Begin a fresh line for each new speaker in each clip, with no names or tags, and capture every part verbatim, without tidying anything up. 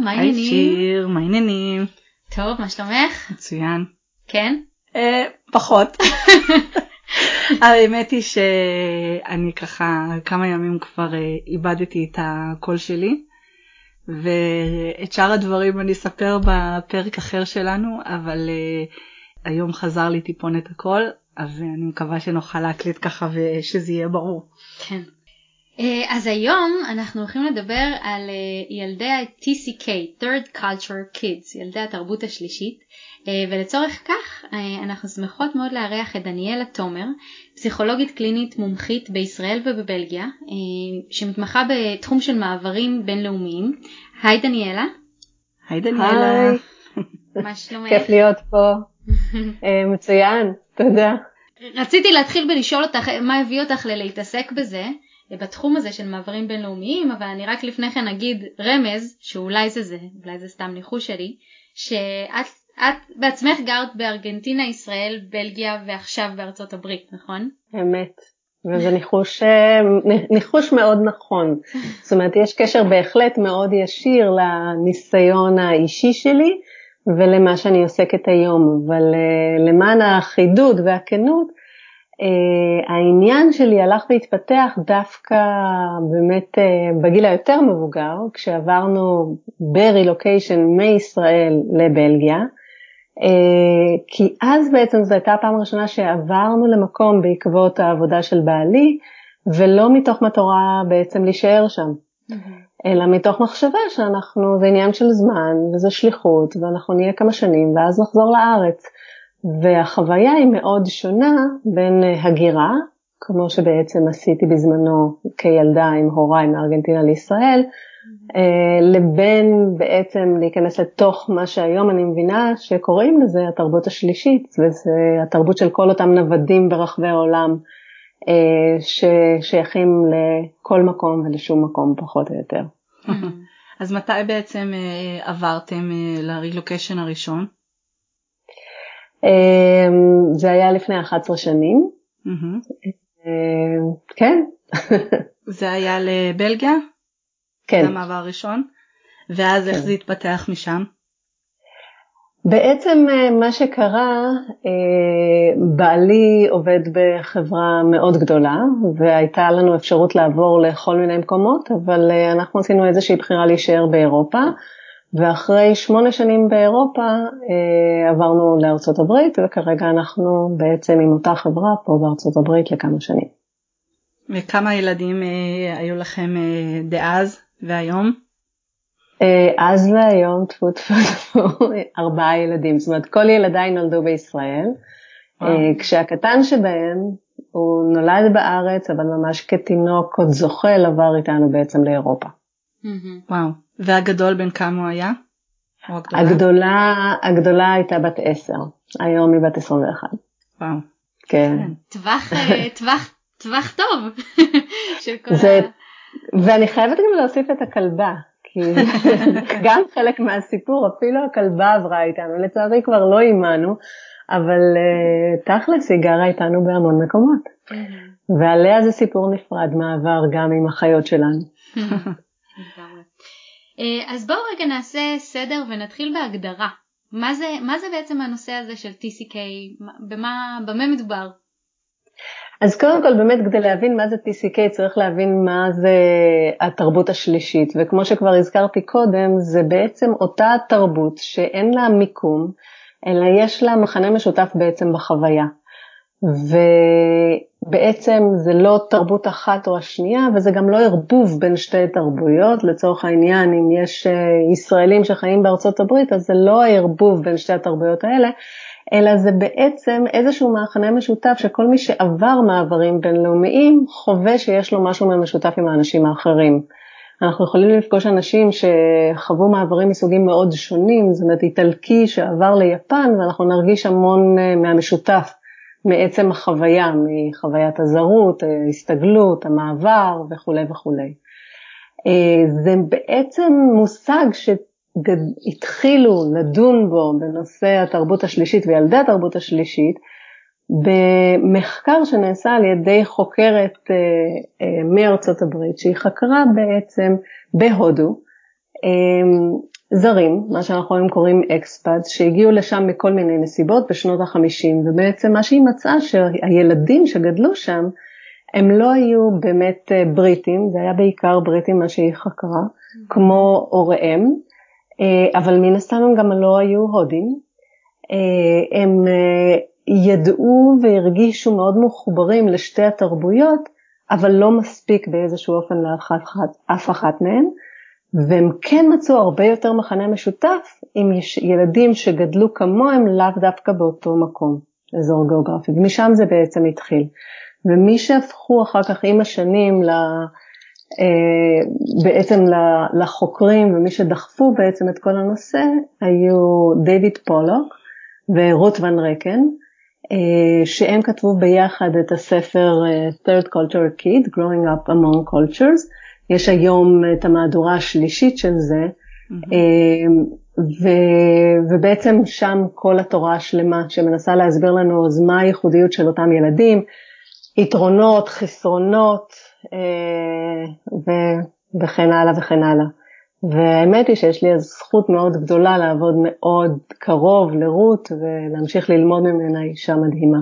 מה העניינים?
היי שיר, מה העניינים?
טוב, מה שלומך?
מצוין.
כן?
אה, פחות. האמת היא שאני ככה כמה ימים כבר איבדתי את הקול שלי, ואת שאר הדברים אני אספר בפרק אחר שלנו, אבל היום חזר לי טיפונת הקול, אז אני מקווה שנוכל להקליט ככה ושזה יהיה ברור.
כן. אז היום אנחנו הולכים לדבר על ילדי ה-טי סי קיי, Third Culture Kids, ילדי התרבות השלישית, ולצורך כך אנחנו שמחות מאוד לארח את דניאלה תומר, פסיכולוגית קלינית מומחית בישראל ובבלגיה, שמתמחה בתחום של מעברים בינלאומיים. היי דניאלה.
היי דניאלה.
היי. מה שלומך?
כיף להיות פה. מצוין, תודה.
רציתי להתחיל בלשאול אותך מה הביא אותך להתעסק בזה, בתחום הזה של מעברים בינלאומיים, אבל אני רק לפני כן אגיד רמז, שאולי זה זה, אולי זה סתם ניחוש שלי, שאת את בעצמך גרת בארגנטינה, ישראל, בלגיה ועכשיו בארצות הברית, נכון?
אמת, וזה ניחוש, ניחוש מאוד נכון. זאת אומרת, יש קשר בהחלט מאוד ישיר לניסיון האישי שלי, ולמה שאני עוסקת היום, אבל למען החידוד והכנות, Uh, העניין שלי הלך והתפתח דווקא באמת uh, בגיל היותר מבוגר, כשעברנו ברילוקיישן מישראל לבלגיה, uh, כי אז בעצם זו הייתה הפעם הראשונה שעברנו למקום בעקבות העבודה של בעלי, ולא מתוך מטרה בעצם להישאר שם, mm-hmm. אלא מתוך מחשבה שאנחנו, זה עניין של זמן וזה שליחות, ואנחנו נהיה כמה שנים ואז נחזור לארץ. והחוויה היא מאוד שונה בין הגירה, כמו שבעצם עשיתי בזמנו כילדה עם הוריי מארגנטינה לישראל, mm-hmm. לבין בעצם להיכנס לתוך מה שהיום אני מבינה שקוראים לזה התרבות השלישית, וזה התרבות של כל אותם נוודים ברחבי העולם, ששייכים לכל מקום ולשום מקום פחות או יותר.
Mm-hmm. אז מתי בעצם עברתם לרילוקיישן הראשון?
זה היה לפני אחת עשרה שנים. כן.
זה היה לבלגיה?
כן.
זה המעבר הראשון. ואז איך זה התפתח משם?
בעצם מה שקרה, בעלי עובד בחברה מאוד גדולה, והייתה לנו אפשרות לעבור לכל מיני מקומות, אבל אנחנו עשינו איזושהי בחירה להישאר באירופה, ואחרי שמונה שנים באירופה אה, עברנו לארצות הברית, וכרגע אנחנו בעצם עם אותה חברה פה בארצות הברית לכמה שנים.
וכמה ילדים אה, היו לכם אה, דאז והיום?
אה, אז והיום טפו טפו טפו, ארבעה ילדים, זאת אומרת כל ילדיי נולדו בישראל, אה, כשהקטן שבהם הוא נולד בארץ, אבל ממש כתינוק עוד זוחל עבר איתנו בעצם לאירופה.
וואו. והגדול בין כמה הוא היה?
הגדולה? הגדולה, הגדולה הייתה בת עשר, היום היא בת עשרים ואחת.
וואו.
כן.
טווח, טווח, טווח טוב. של כל
זה,
ה...
ואני חייבת גם להוסיף את הכלבה, כי גם חלק מהסיפור, אפילו הכלבה עברה איתנו, לצערי כבר לא אימנו, אבל תכלס היא גרה איתנו בהמון מקומות. ועליה זה סיפור נפרד מעבר גם עם החיות שלנו.
אז בואו רגע נעשה סדר ונתחיל בהגדרה. מה זה, מה זה בעצם הנושא הזה של טי סי קיי? במה, במה מדובר?
אז קודם כל באמת כדי להבין מה זה טי סי קיי צריך להבין מה זה התרבות השלישית, וכמו שכבר הזכרתי קודם, זה בעצם אותה תרבות שאין לה מיקום, אלא יש לה מכנה משותף בעצם בחוויה. ובעצם זה לא תרבות אחת או השנייה, וזה גם לא ערבוב בין שתי תרבויות. לצורך העניין, אם יש ישראלים שחיים בארצות הברית, אז זה לא הערבוב בין שתי התרבויות האלה, אלא זה בעצם איזשהו מכנה משותף שכל מי שעבר מעברים בינלאומיים חווה שיש לו משהו משותף עם האנשים האחרים. אנחנו יכולים לפגוש אנשים שחוו מעברים מסוגים מאוד שונים, זאת אומרת איטלקי שעבר ליפן, ואנחנו נרגיש המון מהמשותף מעצם החוויה, מחוויית הזרות, ההסתגלות, המעבר וכו' וכו'. זה בעצם מושג שהתחילו לדון בו בנושא התרבות השלישית וילדי התרבות השלישית, במחקר שנעשה על ידי חוקרת מארצות הברית, שהיא חקרה בעצם בהודו, זרים, מה שאנחנו היום קוראים אקספאטס, שהגיעו לשם מכל מיני נסיבות בשנות ה-חמישים, ובעצם מה שהיא מצאה שהילדים שגדלו שם, הם לא היו באמת בריטים, זה היה בעיקר בריטים מה שהיא חקרה, כמו הוריהם, אבל מן הסתם הם גם לא היו הודים, הם ידעו והרגישו מאוד מחוברים לשתי התרבויות, אבל לא מספיק באיזשהו אופן לאף אחת מהן, והם כן מצאו הרבה יותר מחנה משותף עם ילדים שגדלו כמוהם לאו דווקא באותו מקום, אזור גיאוגרפי, ומשם זה בעצם התחיל. ומי שהפכו אחר כך עם השנים ל, בעצם לחוקרים ומי שדחפו בעצם את כל הנושא היו דיוויד פולוק ורות ון רקן, שהם כתבו ביחד את הספר Third Culture Kid, Growing Up Among Cultures. יש היום את המהדורה השלישית של זה, mm-hmm. ו, ובעצם שם כל התורה השלמה שמנסה להסביר לנו אז מה הייחודיות של אותם ילדים, יתרונות, חסרונות ו, וכן הלאה וכן הלאה. והאמת היא שיש לי אז זכות מאוד גדולה לעבוד מאוד קרוב לרות ולהמשיך ללמוד ממנה, אישה מדהימה.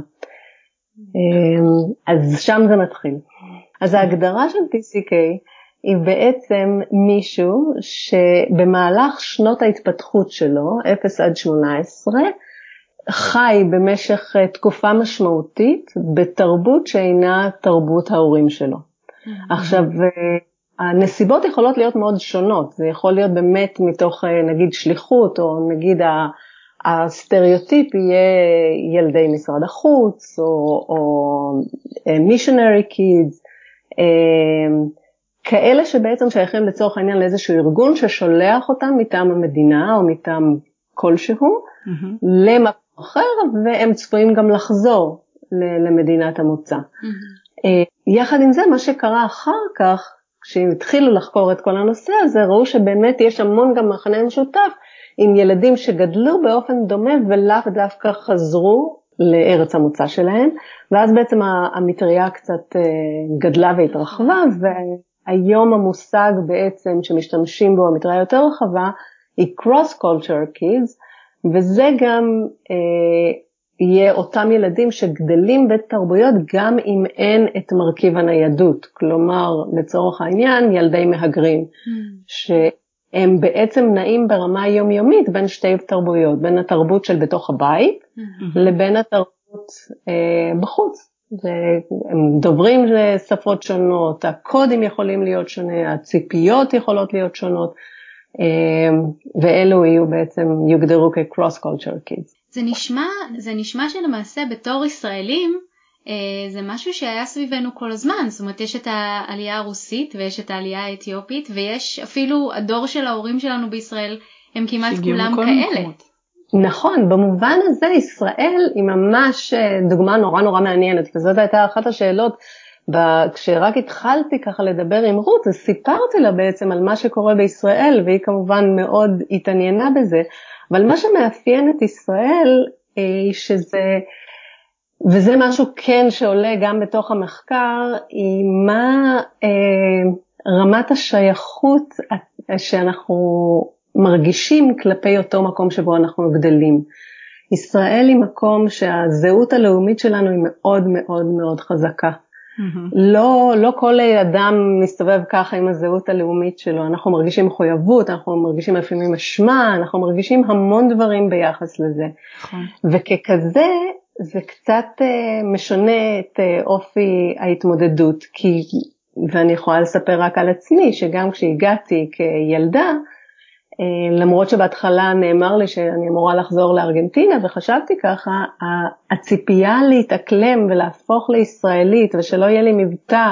אז שם זה מתחיל. אז ההגדרה של טי סי קיי היא בעצם מישהו שבמהלך שנות ההתפתחות שלו, אפס עד שמונה עשרה, חי במשך תקופה משמעותית בתרבות שאינה תרבות ההורים שלו. עכשיו, הנסיבות יכולות להיות מאוד שונות, זה יכול להיות באמת מתוך נגיד שליחות, או נגיד הסטריאוטיפ יהיה ילדי משרד החוץ, או, או missionary kids, כאלה שבעצם שייכים לצורך העניין לאיזשהו ארגון ששולח אותם מטעם המדינה, או מטעם כלשהו, mm-hmm. למקום אחר, והם צפויים גם לחזור למדינת המוצא. Mm-hmm. יחד עם זה, מה שקרה אחר כך, כשהם התחילו לחקור את כל הנושא הזה, ראו שבאמת יש המון גם מחנה משותף, עם ילדים שגדלו באופן דומה, ולאו דווקא חזרו לארץ המוצא שלהם, ואז בעצם המטריה קצת גדלה והתרחבה, והיום המושג בעצם שמשתמשים בו, המטריה יותר רחבה, היא cross-culture kids, וזה גם אה, יהיה אותם ילדים שגדלים בתרבויות גם אם אין את מרכיב הניידות, כלומר לצורך העניין ילדי מהגרים, mm. שהם בעצם נעים ברמה יומיומית בין שתי תרבויות, בין התרבות של בתוך הבית mm-hmm. לבין התרבות אה, בחוץ. הם דוברים שפות שונות, הקודים יכולים להיות שונה, הציפיות יכולות להיות שונות, ואלו יהיו בעצם, יוגדרו כ-cross culture kids.
זה נשמע, זה נשמע שלמעשה בתור ישראלים, זה משהו שהיה סביבנו כל הזמן, זאת אומרת יש את העלייה הרוסית ויש את העלייה האתיופית, ויש אפילו הדור של ההורים שלנו בישראל, הם כמעט כולם כאלה. מקומות.
נכון, במובן הזה ישראל היא ממש דוגמה נורא נורא מעניינת, וזאת הייתה אחת השאלות, כשרק התחלתי ככה לדבר עם רות, אז סיפרתי לה בעצם על מה שקורה בישראל, והיא כמובן מאוד התעניינה בזה, אבל מה שמאפיין את ישראל, שזה, וזה משהו כן שעולה גם בתוך המחקר, היא מה רמת השייכות שאנחנו מרגישים כלפי אותו מקום שבו אנחנו גדלים. ישראל היא מקום שהזהות הלאומית שלנו היא מאוד מאוד מאוד חזקה. Mm-hmm. לא, לא כל אדם מסתובב ככה עם הזהות הלאומית שלו, אנחנו מרגישים מחויבות, אנחנו מרגישים לפעמים משמע, אנחנו מרגישים המון דברים ביחס לזה. Mm-hmm. וככזה זה קצת משנה את אופי ההתמודדות, כי, ואני יכולה לספר רק על עצמי, שגם כשהגעתי כילדה, למרות שבהתחלה נאמר לי שאני אמורה לחזור לארגנטינה, וחשבתי ככה, הציפייה להתאקלם ולהפוך לישראלית, ושלא יהיה לי מבטא,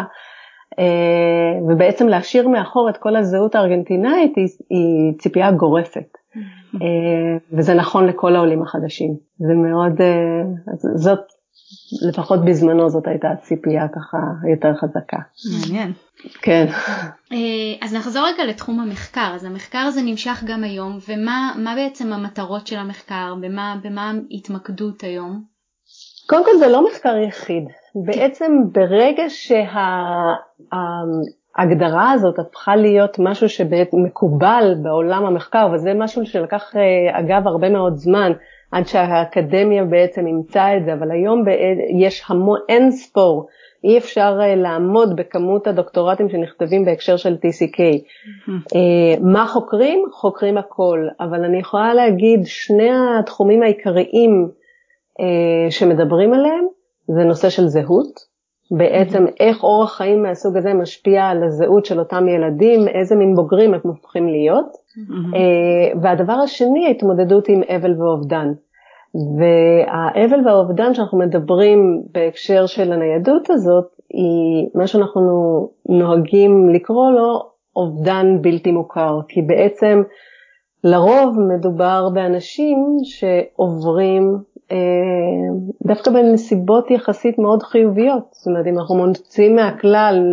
ובעצם להשאיר מאחור את כל הזהות הארגנטינאית, היא ציפייה גורפת. וזה נכון לכל העולים החדשים. זה מאוד, זאת, לפחות בזמנו זאת הייתה הציפייה ככה יותר חזקה.
מעניין.
כן.
אז נחזור רגע לתחום המחקר. אז המחקר הזה נמשך גם היום, ומה מה בעצם המטרות של המחקר? במה, במה התמקדות היום?
קודם כל זה לא מחקר יחיד. בעצם ברגע ההגדרה הזאת הפכה להיות משהו שמקובל בעולם המחקר, וזה משהו שלקח אגב הרבה מאוד זמן, עד שהאקדמיה בעצם ימצא את זה, אבל היום יש המון, אין ספור, אי אפשר לעמוד בכמות הדוקטורטים שנכתבים בהקשר של טי סי קיי. מה חוקרים? חוקרים הכל, אבל אני יכולה להגיד שני התחומים העיקריים שמדברים עליהם, זה נושא של זהות, בעצם איך אורח חיים מהסוג הזה משפיע על הזהות של אותם ילדים, איזה מין בוגרים הם הופכים להיות, והדבר השני, ההתמודדות עם אבל ואובדן. והאבל והאובדן שאנחנו מדברים בהקשר של הניידות הזאת, היא מה שאנחנו נוהגים לקרוא לו אובדן בלתי מוכר, כי בעצם לרוב מדובר באנשים שעוברים דווקא בנסיבות יחסית מאוד חיוביות, זאת אומרת אם אנחנו מוצאים מהכלל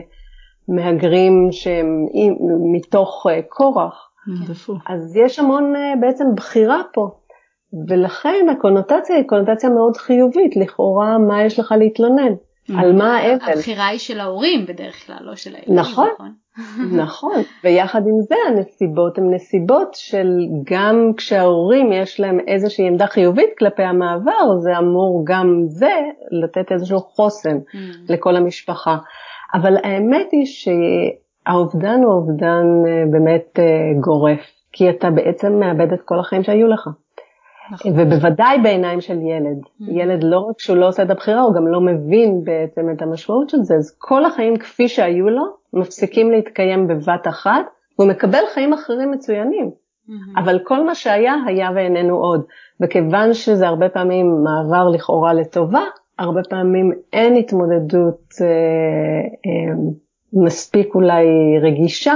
מהגרים שהם מתוך כורח, אז יש המון בעצם בחירה פה, ולכן הקונוטציה היא קונוטציה מאוד חיובית, לכאורה מה יש לך להתלונן, על מה האבל.
הבחירה היא של ההורים בדרך כלל, לא של הילדים.
נכון, נכון, ויחד עם זה הנסיבות הן נסיבות של גם כשההורים יש להם איזושהי עמדה חיובית כלפי המעבר, זה אמור גם זה לתת איזשהו חוסן לכל המשפחה. אבל האמת היא שהאובדן הוא אובדן באמת גורף, כי אתה בעצם מאבד את כל החיים שהיו לך. ובוודאי בעיניים של ילד. ילד לא רק שהוא לא עושה את הבחירה, הוא גם לא מבין בעצם את המשמעות של זה, אז כל החיים כפי שהיו לו, מפסיקים להתקיים בבת אחת, והוא מקבל חיים אחרים מצוינים. אבל כל מה שהיה, היה ואיננו עוד. וכיוון שזה הרבה פעמים מעבר לכאורה לטובה, הרבה פעמים אין התמודדות אה, אה, מספיק אולי רגישה,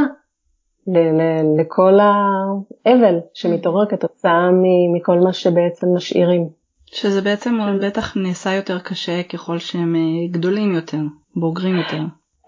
לכל האבל שמתעורר כתוצאה מכל מה שבעצם משאירים.
שזה בעצם בטח נעשה יותר קשה ככל שהם גדולים יותר, בוגרים יותר.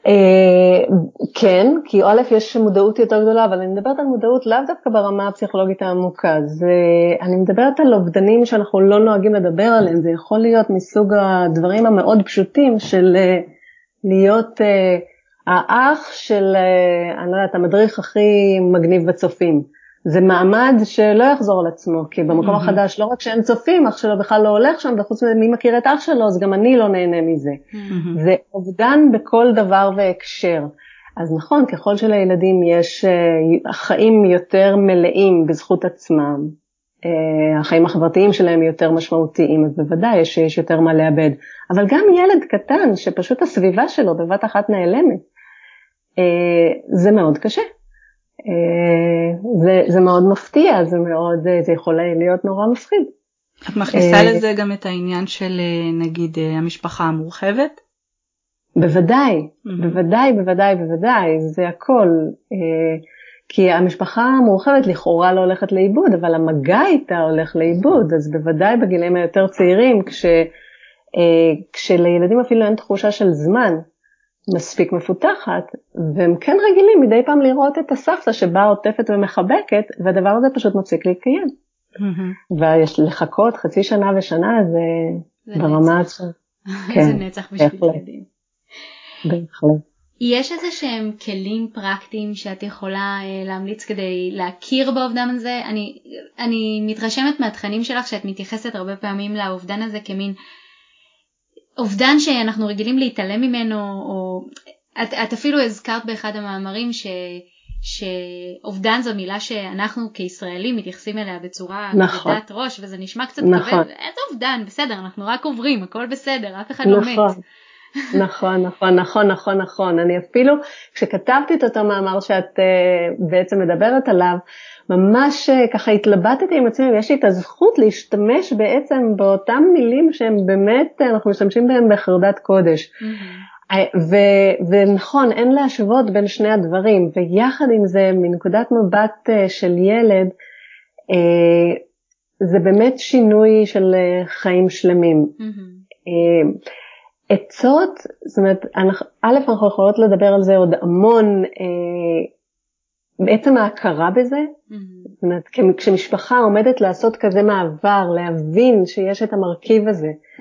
כן, כי א' יש מודעות יותר גדולה, אבל אני מדברת על מודעות לאו דווקא ברמה הפסיכולוגית העמוקה. אני מדברת על אובדנים שאנחנו לא נוהגים לדבר עליהם, זה יכול להיות מסוג הדברים המאוד פשוטים של להיות האח של, אני לא יודעת, המדריך הכי מגניב בצופים. זה מעמד שלא יחזור על עצמו, כי במקום החדש לא רק שאין צופים, אח שלו בכלל לא הולך שם, וחוץ מי מכיר את אח שלו, אז גם אני לא נהנה מזה. זה אובדן בכל דבר והקשר. אז נכון, ככל שלילדים יש חיים יותר מלאים בזכות עצמם, החיים החברתיים שלהם יותר משמעותיים, אז בוודאי יש, יש יותר מה לאבד. אבל גם ילד קטן, שפשוט הסביבה שלו בבת אחת נעלמת, זה מאוד קשה. זה, זה מאוד מפתיע, זה מאוד, זה יכול להיות נורא מפחיד.
את מכניסה לזה גם את העניין של נגיד המשפחה המורחבת?
בוודאי, בוודאי, בוודאי, בוודאי, זה הכל. כי המשפחה המורחבת לכאורה לא הולכת לאיבוד, אבל המגע איתה הולך לאיבוד, אז בוודאי בגילים היותר צעירים, כש, כשלילדים אפילו אין תחושה של זמן, מספיק מפותחת, והם כן רגילים מדי פעם לראות את הסבתא שבאה עוטפת ומחבקת, והדבר הזה פשוט מפסיק להתקיים. ויש לחכות חצי שנה ושנה, זה ברמה הזאת.
זה נצח בשביל ילדים.
בהחלט.
יש איזה שהם כלים פרקטיים שאת יכולה להמליץ כדי להכיר באובדן הזה? אני, אני מתרשמת מהתכנים שלך שאת מתייחסת הרבה פעמים לאובדן הזה כמין אובדן שאנחנו רגילים להתעלם ממנו, או את, את אפילו הזכרת באחד המאמרים ש, שאובדן זו מילה שאנחנו כישראלים מתייחסים אליה בצורה
נכון.
כבדת ראש, וזה נשמע קצת
נכון.
כבד, איזה אובדן, בסדר, אנחנו רק עוברים, הכל בסדר, אף אחד
נכון.
לא מת.
נכון, נכון, נכון, נכון, נכון. אני אפילו, כשכתבתי את אותו מאמר שאת uh, בעצם מדברת עליו, ממש uh, ככה התלבטתי עם עצמי, ויש לי את הזכות להשתמש בעצם באותם מילים שהם באמת, אנחנו משתמשים בהם בחרדת קודש. Mm-hmm. ו- ונכון, אין להשוות בין שני הדברים, ויחד עם זה, מנקודת מבט uh, של ילד, uh, זה באמת שינוי של uh, חיים שלמים. Mm-hmm. Uh, עצות, זאת אומרת, א', אנחנו יכולות לדבר על זה עוד המון, אה, בעצם ההכרה בזה, mm-hmm. זאת אומרת, כשמשפחה עומדת לעשות כזה מעבר, להבין שיש את המרכיב הזה,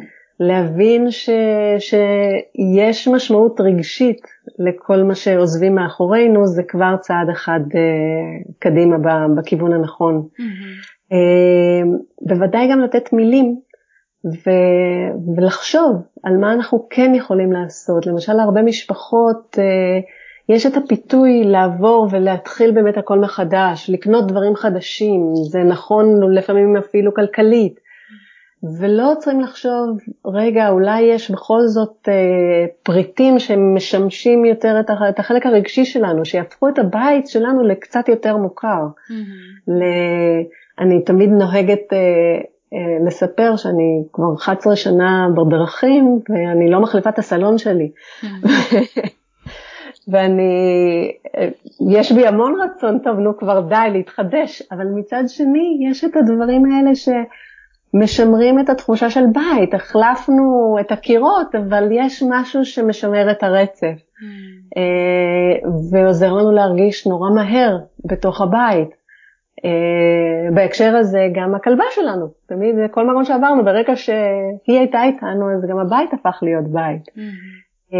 להבין ש, שיש משמעות רגשית לכל מה שעוזבים מאחורינו, זה כבר צעד אחד uh, קדימה בכיוון הנכון. Mm-hmm. Uh, בוודאי גם לתת מילים, ו, ולחשוב על מה אנחנו כן יכולים לעשות. למשל, הרבה משפחות, uh, יש את הפיתוי לעבור ולהתחיל באמת הכל מחדש, לקנות דברים חדשים, זה נכון לפעמים אפילו כלכלית, ולא צריכים לחשוב, רגע, אולי יש בכל זאת אה, פריטים שמשמשים יותר את, את החלק הרגשי שלנו, שיהפכו את הבית שלנו לקצת יותר מוכר. Mm-hmm. ל, אני תמיד נוהגת אה, אה, לספר שאני כבר אחת עשרה שנה בדרכים, ואני לא מחליפה את הסלון שלי. Mm-hmm. ואני, יש בי המון רצון טוב, נו כבר די להתחדש, אבל מצד שני יש את הדברים האלה ש... משמרים את התחושה של בית, החלפנו את הקירות, אבל יש משהו שמשמר את הרצף, mm. ועוזר לנו להרגיש נורא מהר בתוך הבית. בהקשר הזה גם הכלבה שלנו, תמיד כל מקום שעברנו, ברגע שהיא הייתה איתנו, אז גם הבית הפך להיות בית. Mm.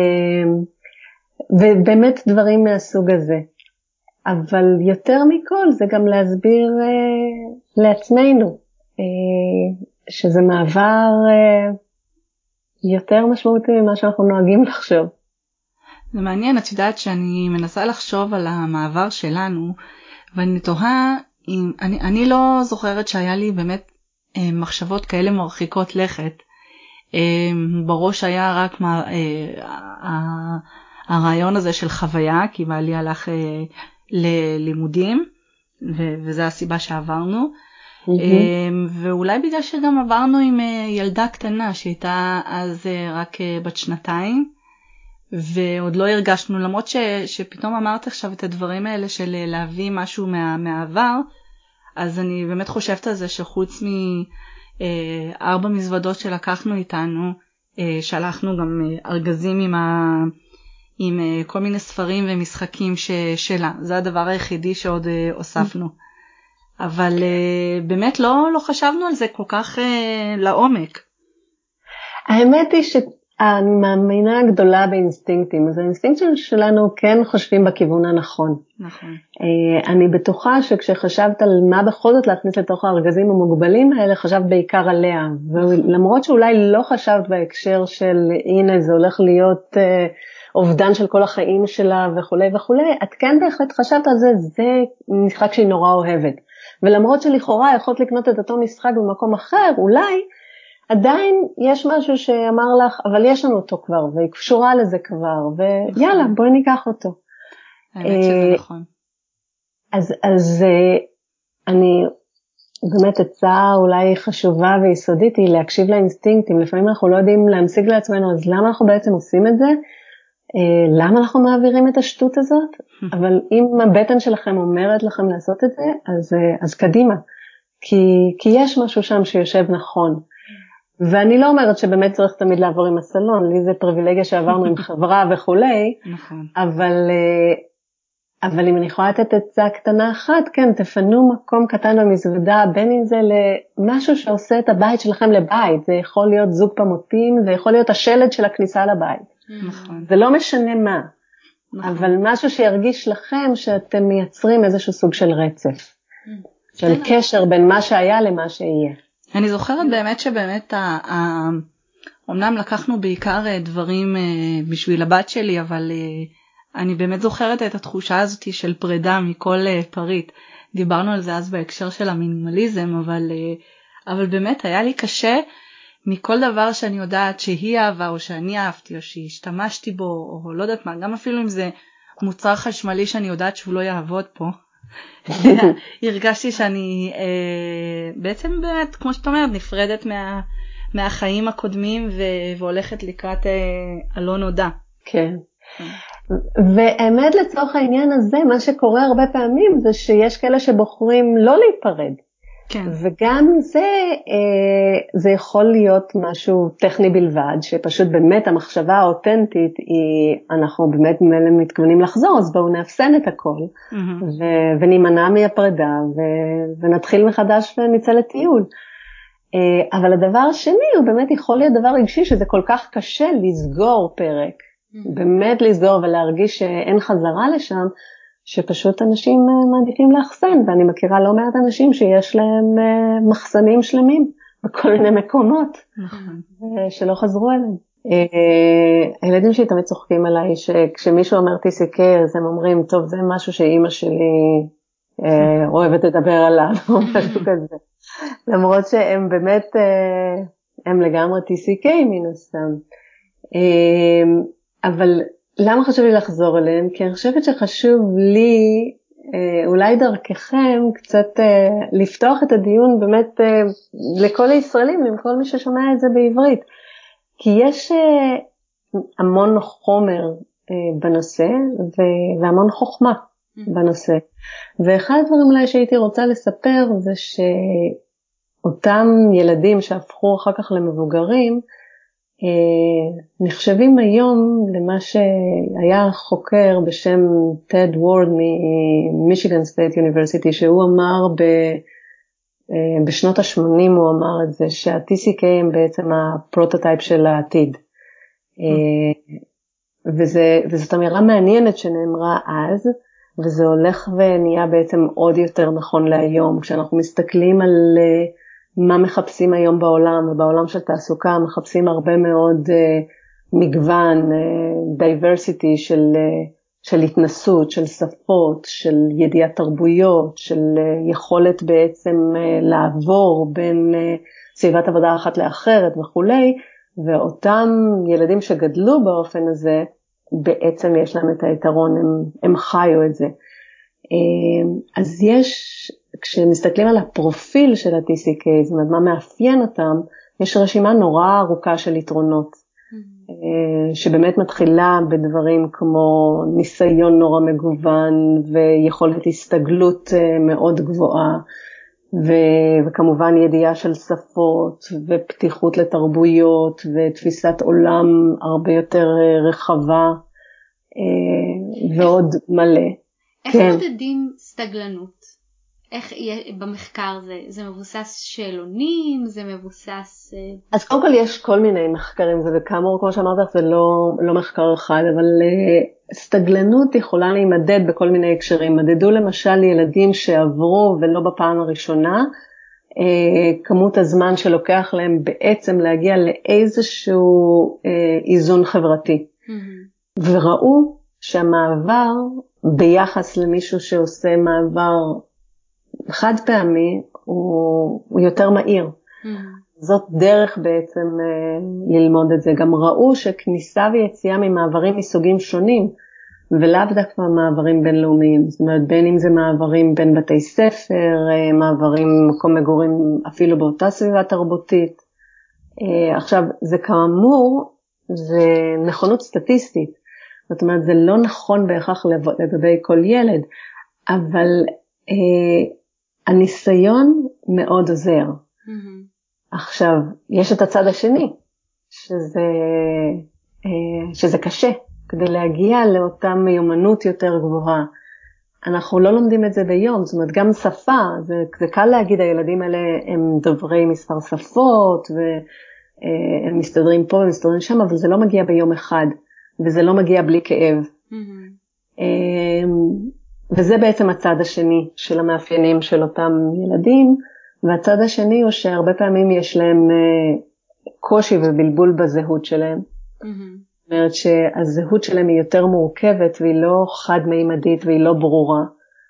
ובאמת דברים מהסוג הזה. אבל יותר מכל זה גם להסביר לעצמנו, שזה מעבר יותר משמעותי ממה שאנחנו נוהגים לחשוב.
זה מעניין, את יודעת שאני מנסה לחשוב על המעבר שלנו, ואני תוהה, אם, אני, אני לא זוכרת שהיה לי באמת מחשבות כאלה מרחיקות לכת. בראש היה רק מה, הרעיון הזה של חוויה, כי בעלי הלך ללימודים, וזו הסיבה שעברנו. Mm-hmm. ואולי בגלל שגם עברנו עם ילדה קטנה שהייתה אז רק בת שנתיים, ועוד לא הרגשנו, למרות ש, שפתאום אמרת עכשיו את הדברים האלה של להביא משהו מה, מהעבר, אז אני באמת חושבת על זה שחוץ מארבע מזוודות שלקחנו איתנו, שלחנו גם ארגזים עם, ה, עם כל מיני ספרים ומשחקים ש, שלה. זה הדבר היחידי שעוד הוספנו. אבל uh, באמת לא, לא חשבנו על זה כל כך uh, לעומק.
האמת היא שאני מאמינה גדולה באינסטינקטים, אז האינסטינקטים שלנו כן חושבים בכיוון הנכון.
נכון.
Uh, אני בטוחה שכשחשבת על מה בכל זאת להכניס לתוך הארגזים המוגבלים האלה, חשבת בעיקר עליה. ולמרות שאולי לא חשבת בהקשר של הנה זה הולך להיות uh, אובדן של כל החיים שלה וכו' וכו', את כן בהחלט חשבת על זה, זה משחק שהיא נורא אוהבת. ולמרות שלכאורה יכולת לקנות את אותו משחק במקום אחר, אולי עדיין יש משהו שאמר לך, אבל יש לנו אותו כבר, והיא קשורה לזה כבר, ויאללה, בואי ניקח אותו.
האמת שזה נכון.
אז, אז אני, באמת הצעה אולי חשובה ויסודית היא להקשיב לאינסטינקטים, לפעמים אנחנו לא יודעים להמשיג לעצמנו, אז למה אנחנו בעצם עושים את זה? למה אנחנו מעבירים את השטות הזאת? אבל אם הבטן שלכם אומרת לכם לעשות את זה, אז, אז קדימה. כי, כי יש משהו שם שיושב נכון. ואני לא אומרת שבאמת צריך תמיד לעבור עם הסלון, לי זה פריבילגיה שעברנו עם חברה וכולי,
נכון.
אבל, אבל אם אני יכולה לתת עצה קטנה אחת, כן, תפנו מקום קטן במזוודה, בין אם זה למשהו שעושה את הבית שלכם לבית, זה יכול להיות זוג פמוטים, זה יכול להיות השלד של הכניסה לבית.
נכון.
זה לא משנה מה, נכון. אבל משהו שירגיש לכם שאתם מייצרים איזשהו סוג של רצף, של קשר בין מה שהיה למה שיהיה.
אני זוכרת באמת שבאמת, אומנם לקחנו בעיקר דברים בשביל הבת שלי, אבל אני באמת זוכרת את התחושה הזאת של פרידה מכל פריט. דיברנו על זה אז בהקשר של המינימליזם, אבל, אבל באמת היה לי קשה מכל דבר שאני יודעת שהיא אהבה, או שאני אהבתי, או שהשתמשתי בו, או לא יודעת מה, גם אפילו אם זה מוצר חשמלי שאני יודעת שהוא לא יעבוד פה. הרגשתי שאני אה, בעצם באמת, כמו שאת אומרת, נפרדת מה, מהחיים הקודמים, ו- והולכת לקראת אה, הלא נודע.
כן. והאמת לצורך העניין הזה, מה שקורה הרבה פעמים, זה שיש כאלה שבוחרים לא להיפרד.
כן.
וגם זה, זה יכול להיות משהו טכני בלבד, שפשוט באמת המחשבה האותנטית היא, אנחנו באמת מתכוונים לחזור, אז בואו נאפסן את הכל, mm-hmm. ו- ונימנע מהפרידה, ו- ונתחיל מחדש ונצא לטיול. אבל הדבר השני הוא באמת יכול להיות דבר רגשי, שזה כל כך קשה לסגור פרק, באמת לסגור ולהרגיש שאין חזרה לשם, שפשוט אנשים מעדיפים לאחסן, ואני מכירה לא מעט אנשים שיש להם מחסנים שלמים בכל מיני מקומות, שלא חזרו אליהם. הילדים שלי תמיד צוחקים עליי, שכשמישהו אומר טי סי קיי, אז הם אומרים, טוב, זה משהו שאימא שלי אוהבת לדבר עליו, או משהו כזה. למרות שהם באמת, הם לגמרי טי סי קיי מן הסתם. אבל למה חשוב לי לחזור אליהם? כי אני חושבת שחשוב לי, אולי דרככם, קצת לפתוח את הדיון באמת לכל הישראלים, לכל מי ששומע את זה בעברית. כי יש המון חומר בנושא והמון חוכמה בנושא. ואחד הדברים אולי שהייתי רוצה לספר זה שאותם ילדים שהפכו אחר כך למבוגרים, נחשבים היום למה שהיה חוקר בשם טד וורד ממישיגן סטייט יוניברסיטי, שהוא אמר ב, בשנות ה-שמונים, הוא אמר את זה, שה-טי סי קיי הם בעצם הפרוטוטייפ של העתיד. וזה, וזאת אמירה מעניינת שנאמרה אז, וזה הולך ונהיה בעצם עוד יותר נכון להיום, כשאנחנו מסתכלים על מה מחפשים היום בעולם, ובעולם של תעסוקה מחפשים הרבה מאוד uh, מגוון, uh, diversity של, uh, של התנסות, של שפות, של ידיעת תרבויות, של uh, יכולת בעצם uh, לעבור בין uh, סביבת עבודה אחת לאחרת וכולי, ואותם ילדים שגדלו באופן הזה, בעצם יש להם את היתרון, הם, הם חיו את זה. אז יש, כשמסתכלים על הפרופיל של ה-טי סי קיי, זאת אומרת, מה מאפיין אותם, יש רשימה נורא ארוכה של יתרונות, mm-hmm. שבאמת מתחילה בדברים כמו ניסיון נורא מגוון, ויכולת הסתגלות מאוד גבוהה, ו- וכמובן ידיעה של שפות, ופתיחות לתרבויות, ותפיסת עולם הרבה יותר רחבה, ועוד מלא.
איך כן. מודדים סתגלנות? איך במחקר זה? זה מבוסס שאלונים? זה מבוסס...
אז קודם כל יש כל מיני מחקרים, זה וכאמור, כמו שאמרת, זה לא, לא מחקר אחד, אבל סתגלנות יכולה להימדד בכל מיני הקשרים. מדדו למשל ילדים שעברו, ולא בפעם הראשונה, כמות הזמן שלוקח להם בעצם להגיע לאיזשהו איזון חברתי. Mm-hmm. וראו שהמעבר ביחס למישהו שעושה מעבר חד פעמי, הוא, הוא יותר מהיר. Mm-hmm. זאת דרך בעצם uh, ללמוד את זה. גם ראו שכניסה ויציאה ממעברים מסוגים שונים, ולאו דווקא מעברים בינלאומיים. זאת אומרת, בין אם זה מעברים בין בתי ספר, uh, מעברים מקום מגורים אפילו באותה סביבה תרבותית. Uh, עכשיו, זה כאמור, זה נכונות סטטיסטית. זאת אומרת, זה לא נכון בהכרח לגבי כל ילד, אבל אה, הניסיון מאוד עוזר. Mm-hmm. עכשיו, יש את הצד השני, שזה, אה, שזה קשה, כדי להגיע לאותה מיומנות יותר גבוהה. אנחנו לא לומדים את זה ביום, זאת אומרת, גם שפה, זה, זה קל להגיד, הילדים האלה הם דוברי מספר שפות, והם מסתדרים פה ומסתדרים שם, אבל זה לא מגיע ביום אחד. וזה לא מגיע בלי כאב. Mm-hmm. וזה בעצם הצד השני של המאפיינים של אותם ילדים, והצד השני הוא שהרבה פעמים יש להם קושי ובלבול בזהות שלהם. Mm-hmm. זאת אומרת שהזהות שלהם היא יותר מורכבת, והיא לא חד-מימדית והיא לא ברורה,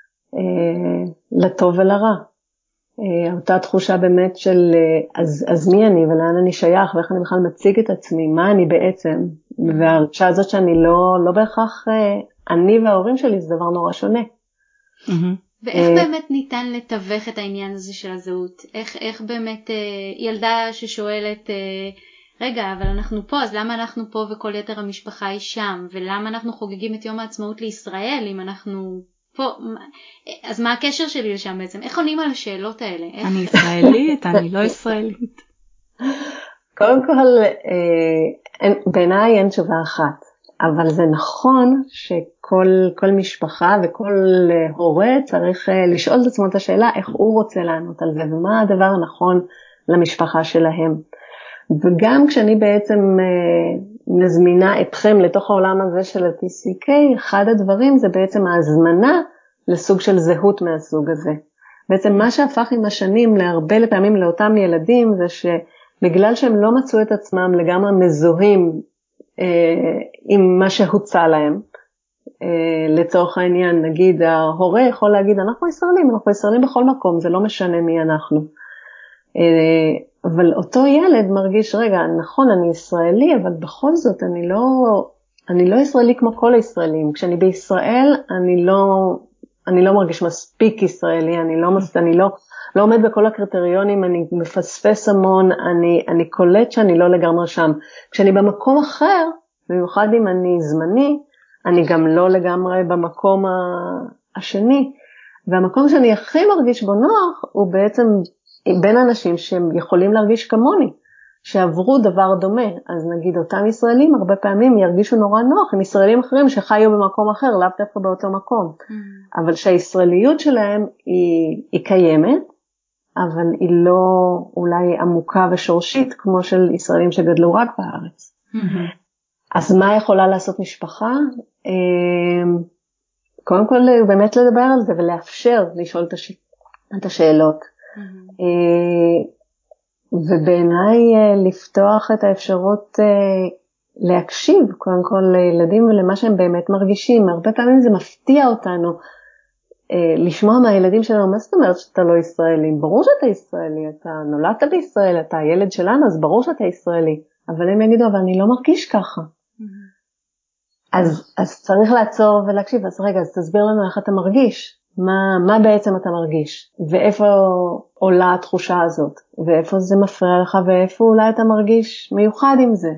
לטוב ולרע. אותה תחושה באמת של אז, אז מי אני ולאן אני שייך ואיך אני בכלל מציג את עצמי, מה אני בעצם, והרגישה הזאת שאני לא, לא בהכרח, אני וההורים שלי זה דבר נורא שונה.
ואיך באמת ניתן לתווך את העניין הזה של הזהות? איך, איך באמת ילדה ששואלת, רגע, אבל אנחנו פה, אז למה אנחנו פה וכל יתר המשפחה היא שם? ולמה אנחנו חוגגים את יום העצמאות לישראל אם אנחנו... פה, אז מה הקשר שלי לשם בעצם? איך עונים על השאלות האלה? איך...
אני ישראלית, אני לא ישראלית.
קודם כל, אה, בעיניי אין תשובה אחת, אבל זה נכון שכל כל משפחה וכל הורה צריך לשאול את עצמו את השאלה איך הוא רוצה לענות על זה, ומה הדבר הנכון למשפחה שלהם. וגם כשאני בעצם מזמינה אתכם לתוך העולם הזה של ה-טי סי קיי, אחד הדברים זה בעצם ההזמנה לסוג של זהות מהסוג הזה. בעצם מה שהפך עם השנים להרבה פעמים לאותם ילדים, זה שבגלל שהם לא מצאו את עצמם לגמרי מזוהים אה, עם מה שהוצא להם, אה, לצורך העניין, נגיד ההורה יכול להגיד, אנחנו ישראלים, אנחנו ישראלים בכל מקום, זה לא משנה מי אנחנו. אה, אבל אותו ילד מרגיש, רגע, נכון, אני ישראלי, אבל בכל זאת אני לא, אני לא ישראלי כמו כל הישראלים. כשאני בישראל, אני לא, אני לא מרגיש מספיק ישראלי, אני לא, אני לא, לא עומד בכל הקריטריונים, אני מפספס המון, אני, אני קולט שאני לא לגמרי שם. כשאני במקום אחר, במיוחד אם אני זמני, אני גם לא לגמרי במקום השני. והמקום שאני הכי מרגיש בו נוח, הוא בעצם בין אנשים שהם יכולים להרגיש כמוני, שעברו דבר דומה. אז נגיד אותם ישראלים הרבה פעמים ירגישו נורא נוח עם ישראלים אחרים שחיו במקום אחר, לאו דווקא באותו מקום. Mm. אבל שהישראליות שלהם היא, היא קיימת, אבל היא לא אולי עמוקה ושורשית כמו של ישראלים שגדלו רק בארץ. Mm-hmm. אז מה יכולה לעשות משפחה? קודם כל באמת לדבר על זה ולאפשר לשאול את, הש... את השאלות. Mm-hmm. ובעיניי לפתוח את האפשרות להקשיב קודם כל לילדים ולמה שהם באמת מרגישים. הרבה פעמים זה מפתיע אותנו לשמוע מהילדים שלנו, מה זאת אומרת שאתה לא ישראלי? ברור שאתה ישראלי, אתה נולדת בישראל, אתה הילד שלנו, אז ברור שאתה ישראלי. אבל הם יגידו, אבל אני לא מרגיש ככה. Mm-hmm. אז, אז צריך לעצור ולהקשיב. אז רגע, אז תסביר לנו איך אתה מרגיש. מה, מה בעצם אתה מרגיש? ואיפה עולה התחושה הזאת? ואיפה זה מפריע לך? ואיפה אולי אתה מרגיש מיוחד עם זה?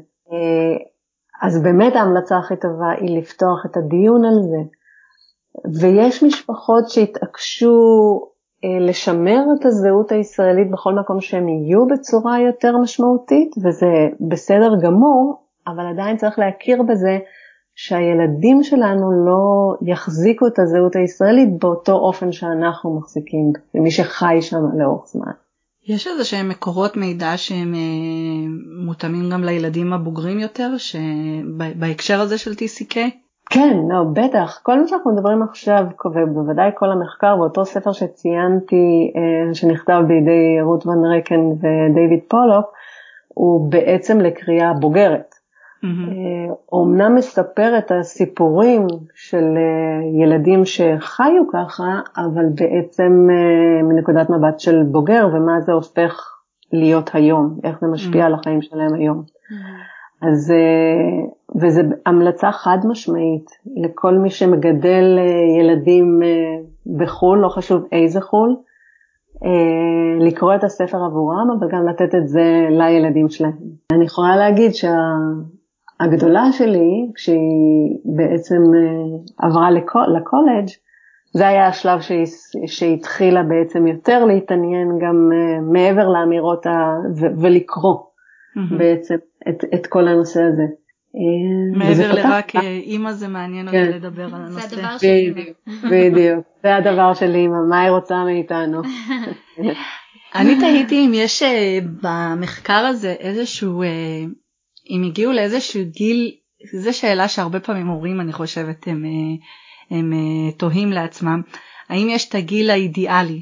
אז באמת ההמלצה הכי טובה היא לפתוח את הדיון על זה. ויש משפחות שהתעקשו לשמר את הזהות הישראלית בכל מקום שהם יהיו בצורה יותר משמעותית, וזה בסדר גמור, אבל עדיין צריך להכיר בזה שהילדים שלנו לא יחזיקו את הזהות הישראלית באותו אופן שאנחנו מחזיקים, למי שחי שם לאורך זמן.
יש איזה שהם מקורות מידע שהם מותאמים גם לילדים הבוגרים יותר, בהקשר הזה של טי סי קיי?
כן, לא, בטח. כל מה שאנחנו מדברים עכשיו, ובוודאי כל המחקר, באותו ספר שציינתי, שנכתב בידי רות ון רקן ודייוויד פולוק, הוא בעצם לקריאה בוגרת. Mm-hmm. אמנם מספר את הסיפורים של ילדים שחיו ככה, אבל בעצם מנקודת מבט של בוגר, ומה זה הופך להיות היום, איך זה משפיע mm-hmm. על החיים שלהם היום. Mm-hmm. אז, וזה המלצה חד משמעית לכל מי שמגדל ילדים בחול, לא חשוב איזה חול, לקרוא את הספר עבורם, אבל גם לתת את זה לילדים שלהם. אני יכולה להגיד שהגדולה שלי, כשהיא בעצם עברה לקולג', זה היה השלב שהתחילה בעצם יותר להתעניין גם מעבר לאמירות ולקרוא mm-hmm. בעצם את, את כל הנושא הזה.
מעבר לרק אמא זה מעניין אותי לדבר על הנושא.
זה הדבר של אמא.
בדיוק, זה הדבר של אמא, מה היא רוצה מאיתנו.
אני תהיתי אם יש במחקר הזה איזשהו, אם הגיעו לאיזשהו גיל, זו שאלה שהרבה פעמים הורים אני חושבת הם, הם תוהים לעצמם, האם יש את הגיל האידיאלי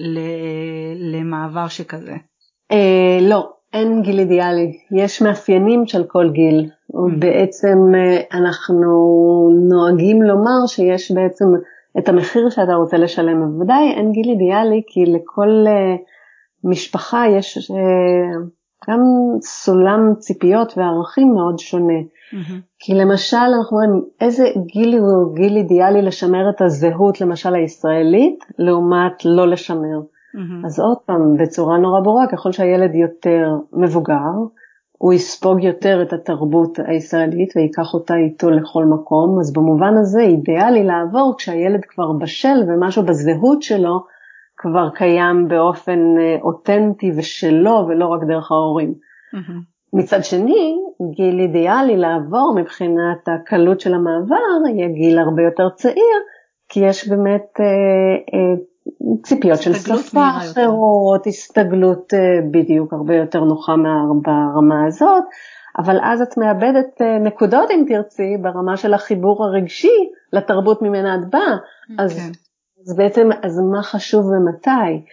למעבר שכזה?
לא. אין גיל אידיאלי, יש מאפיינים של כל גיל, ובעצם אנחנו נוהגים לומר שיש בעצם את המחיר שאתה רוצה לשלם, בוודאי אין גיל אידיאלי, כי לכל משפחה יש גם סולם ציפיות וערכים מאוד שונה, mm-hmm. כי למשל אנחנו רואים איזה גיל הוא גיל אידיאלי לשמר את הזהות למשל הישראלית, לעומת לא לשמר. Mm-hmm. אז עוד פעם, בצורה נורא ברורה, ככל שהילד יותר מבוגר, הוא יספוג יותר את התרבות הישראלית ויקח אותה איתו לכל מקום, אז במובן הזה אידיאלי לעבור כשהילד כבר בשל ומשהו בזהות שלו כבר קיים באופן אותנטי ושלו ולא רק דרך ההורים. Mm-hmm. מצד שני, גיל אידיאלי לעבור מבחינת הקלות של המעבר, יהיה גיל הרבה יותר צעיר, כי יש באמת אה, אה, ציפיות של שפה אחרות, הסתגלות בדיוק הרבה יותר נוחה ברמה הזאת, אבל אז את מאבדת נקודות אם תרצי ברמה של החיבור הרגשי לתרבות ממנה את באה, אז, כן. אז בעצם אז מה חשוב ומתי?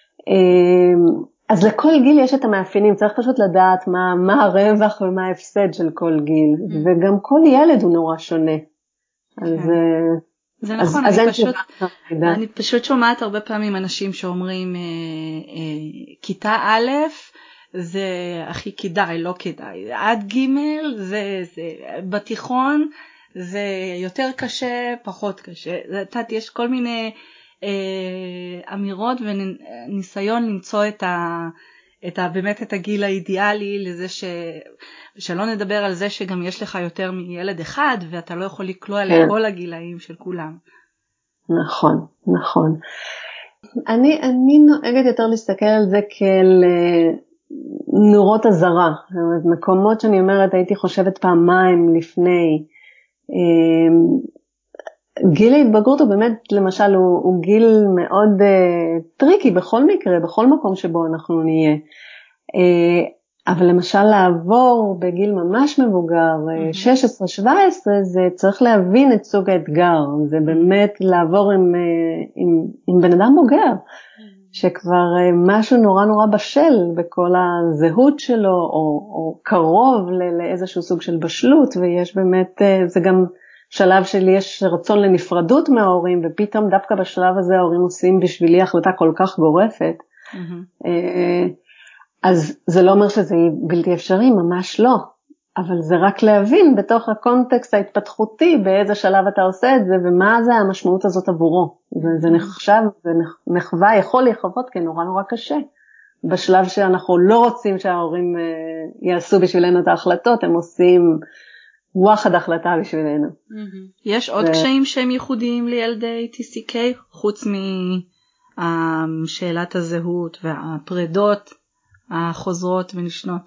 אז לכל גיל יש את המאפיינים, צריך פשוט לדעת מה, מה הרווח ומה ההפסד של כל גיל, וגם כל ילד הוא נורא שונה. אז...
זה נכון, אז, אני, אז פשוט, אני פשוט שומעת הרבה פעמים אנשים שאומרים, אה, אה, כיתה א' זה הכי כדאי, לא כדאי, עד ג' זה, זה, בתיכון זה יותר קשה, פחות קשה, זאת, יש כל מיני אה, אמירות וניסיון למצוא את ה... את ה, באמת את הגיל האידיאלי לזה ש, שלא נדבר על זה שגם יש לך יותר מילד אחד ואתה לא יכול לקלוע כן. לכל הגילאים של כולם.
נכון, נכון. אני, אני נוהגת יותר להסתכל על זה כאל נורות הזרה, מקומות שאני אומרת הייתי חושבת פעמיים לפני. גיל ההתבגרות הוא באמת למשל הוא, הוא גיל מאוד uh, טריקי בכל מקרה, בכל מקום שבו אנחנו נהיה. Uh, אבל למשל לעבור בגיל ממש מבוגר, mm-hmm. שש עשרה שבע עשרה, זה צריך להבין את סוג האתגר, זה באמת לעבור עם, uh, עם, עם בן אדם בוגר, mm-hmm. שכבר uh, משהו נורא נורא בשל בכל הזהות שלו, או, או קרוב לא, לאיזשהו סוג של בשלות, ויש באמת, uh, זה גם... שלב שלי יש רצון לנפרדות מההורים, ופתאום דווקא בשלב הזה ההורים עושים בשבילי החלטה כל כך גורפת. Mm-hmm. אז זה לא אומר שזה בלתי אפשרי, ממש לא. אבל זה רק להבין בתוך הקונטקסט ההתפתחותי, באיזה שלב אתה עושה את זה, ומה זה המשמעות הזאת עבורו. וזה נחשב, ונחווה, יכול להיחוות כנורא נורא קשה. בשלב שאנחנו לא רוצים שההורים יעשו בשבילנו את ההחלטות, הם עושים... וואחד החלטה בשבילנו.
יש עוד קשיים שהם ייחודיים לילדי טי סי קיי, חוץ משאלת הזהות והפרדות החוזרות ונשנות?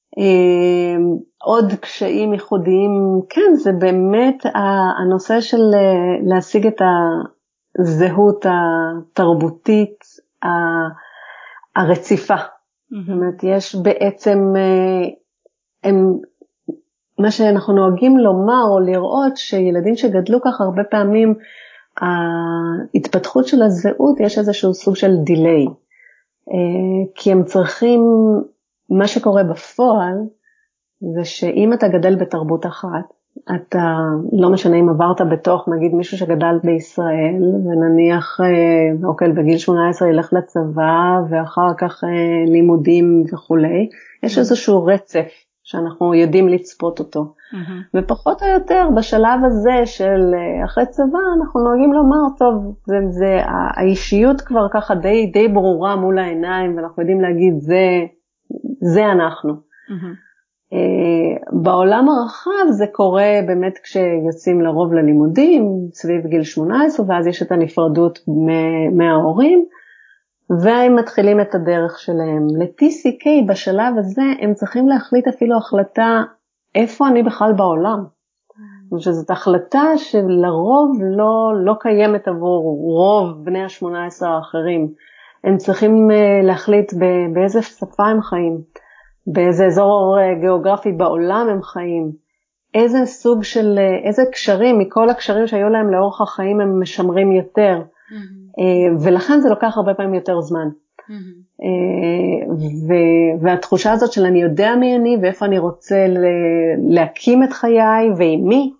עוד קשיים ייחודיים, כן, זה באמת הנושא של להשיג את הזהות התרבותית הרציפה. זאת אומרת, יש בעצם, הם... מה שאנחנו נוהגים לומר או לראות שילדים שגדלו כך הרבה פעמים, ההתפתחות של הזהות יש איזשהו סוג של דיליי. כי הם צריכים, מה שקורה בפועל, זה שאם אתה גדל בתרבות אחת, אתה לא משנה אם עברת בתוך, נגיד מישהו שגדל בישראל, ונניח, אוקיי, בגיל שמונה עשרה ילך לצבא, ואחר כך לימודים וכולי, יש איזשהו רצף. שאנחנו יודעים לצפות אותו. Mm-hmm. ופחות או יותר בשלב הזה של אחרי צבא, אנחנו נוהגים לומר, טוב, זה, זה, האישיות כבר ככה די, די ברורה מול העיניים, ואנחנו יודעים להגיד, זה, זה אנחנו. Mm-hmm. Uh, בעולם הרחב זה קורה באמת כשיוצאים לרוב ללימודים, סביב גיל שמונה עשרה, ואז יש את הנפרדות מההורים, והם מתחילים את הדרך שלהם. ל-טי סי קיי בשלב הזה הם צריכים להחליט אפילו החלטה איפה אני בכלל בעולם. שזאת החלטה שלרוב לא, לא קיימת עבור רוב בני ה-שמונה עשרה האחרים. הם צריכים להחליט באיזה שפה הם חיים, באיזה אזור גיאוגרפי בעולם הם חיים, איזה סוג של, איזה קשרים, מכל הקשרים שהיו להם לאורך החיים הם משמרים יותר. Mm-hmm. ולכן זה לוקח הרבה פעמים יותר זמן. Mm-hmm. והתחושה הזאת של אני יודע מי אני ואיפה אני רוצה להקים את חיי ועם מי,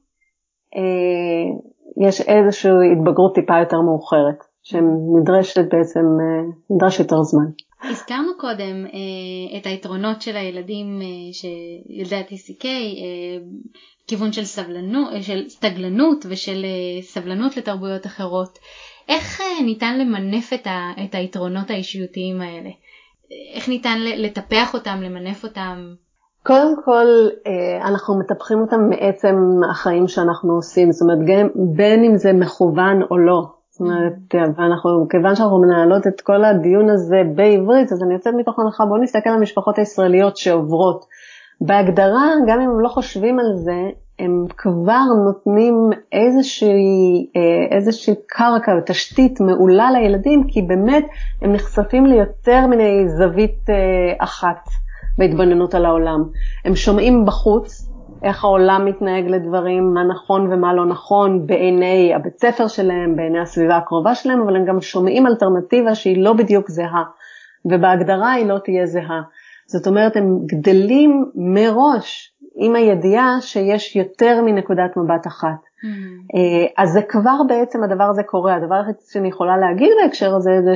יש איזושהי התבגרות טיפה יותר מאוחרת, שנדרשת בעצם, נדרש יותר זמן.
הזכרנו קודם את היתרונות של הילדים, של ילדי ה-טי סי קיי, כיוון של סבלנות, של סתגלנות ושל סבלנות לתרבויות אחרות. איך ניתן למנף את, ה, את היתרונות האישיותיים האלה? איך ניתן לטפח אותם, למנף אותם?
קודם כל, אנחנו מטפחים אותם מעצם החיים שאנחנו עושים, זאת אומרת, בין אם זה מכוון או לא. זאת אומרת, ואנחנו, כיוון שאנחנו מנהלות את כל הדיון הזה בעברית, אז אני יוצאת מתוך הנחה, בואו נסתכל על המשפחות הישראליות שעוברות. בהגדרה, גם אם הם לא חושבים על זה, הם כבר נותנים איזושהי, איזושהי קרקע או תשתית מעולה לילדים, כי באמת הם נחשפים ליותר מיני זווית אחת בהתבוננות על העולם. הם שומעים בחוץ איך העולם מתנהג לדברים, מה נכון ומה לא נכון, בעיני הבית ספר שלהם, בעיני הסביבה הקרובה שלהם, אבל הם גם שומעים אלטרנטיבה שהיא לא בדיוק זהה, ובהגדרה היא לא תהיה זהה. זאת אומרת, הם גדלים מראש עם הידיעה שיש יותר מנקודת מבט אחת. Mm-hmm. אז זה כבר בעצם הדבר הזה קורה. הדבר הכי שאני יכולה להגיד בהקשר הזה, זה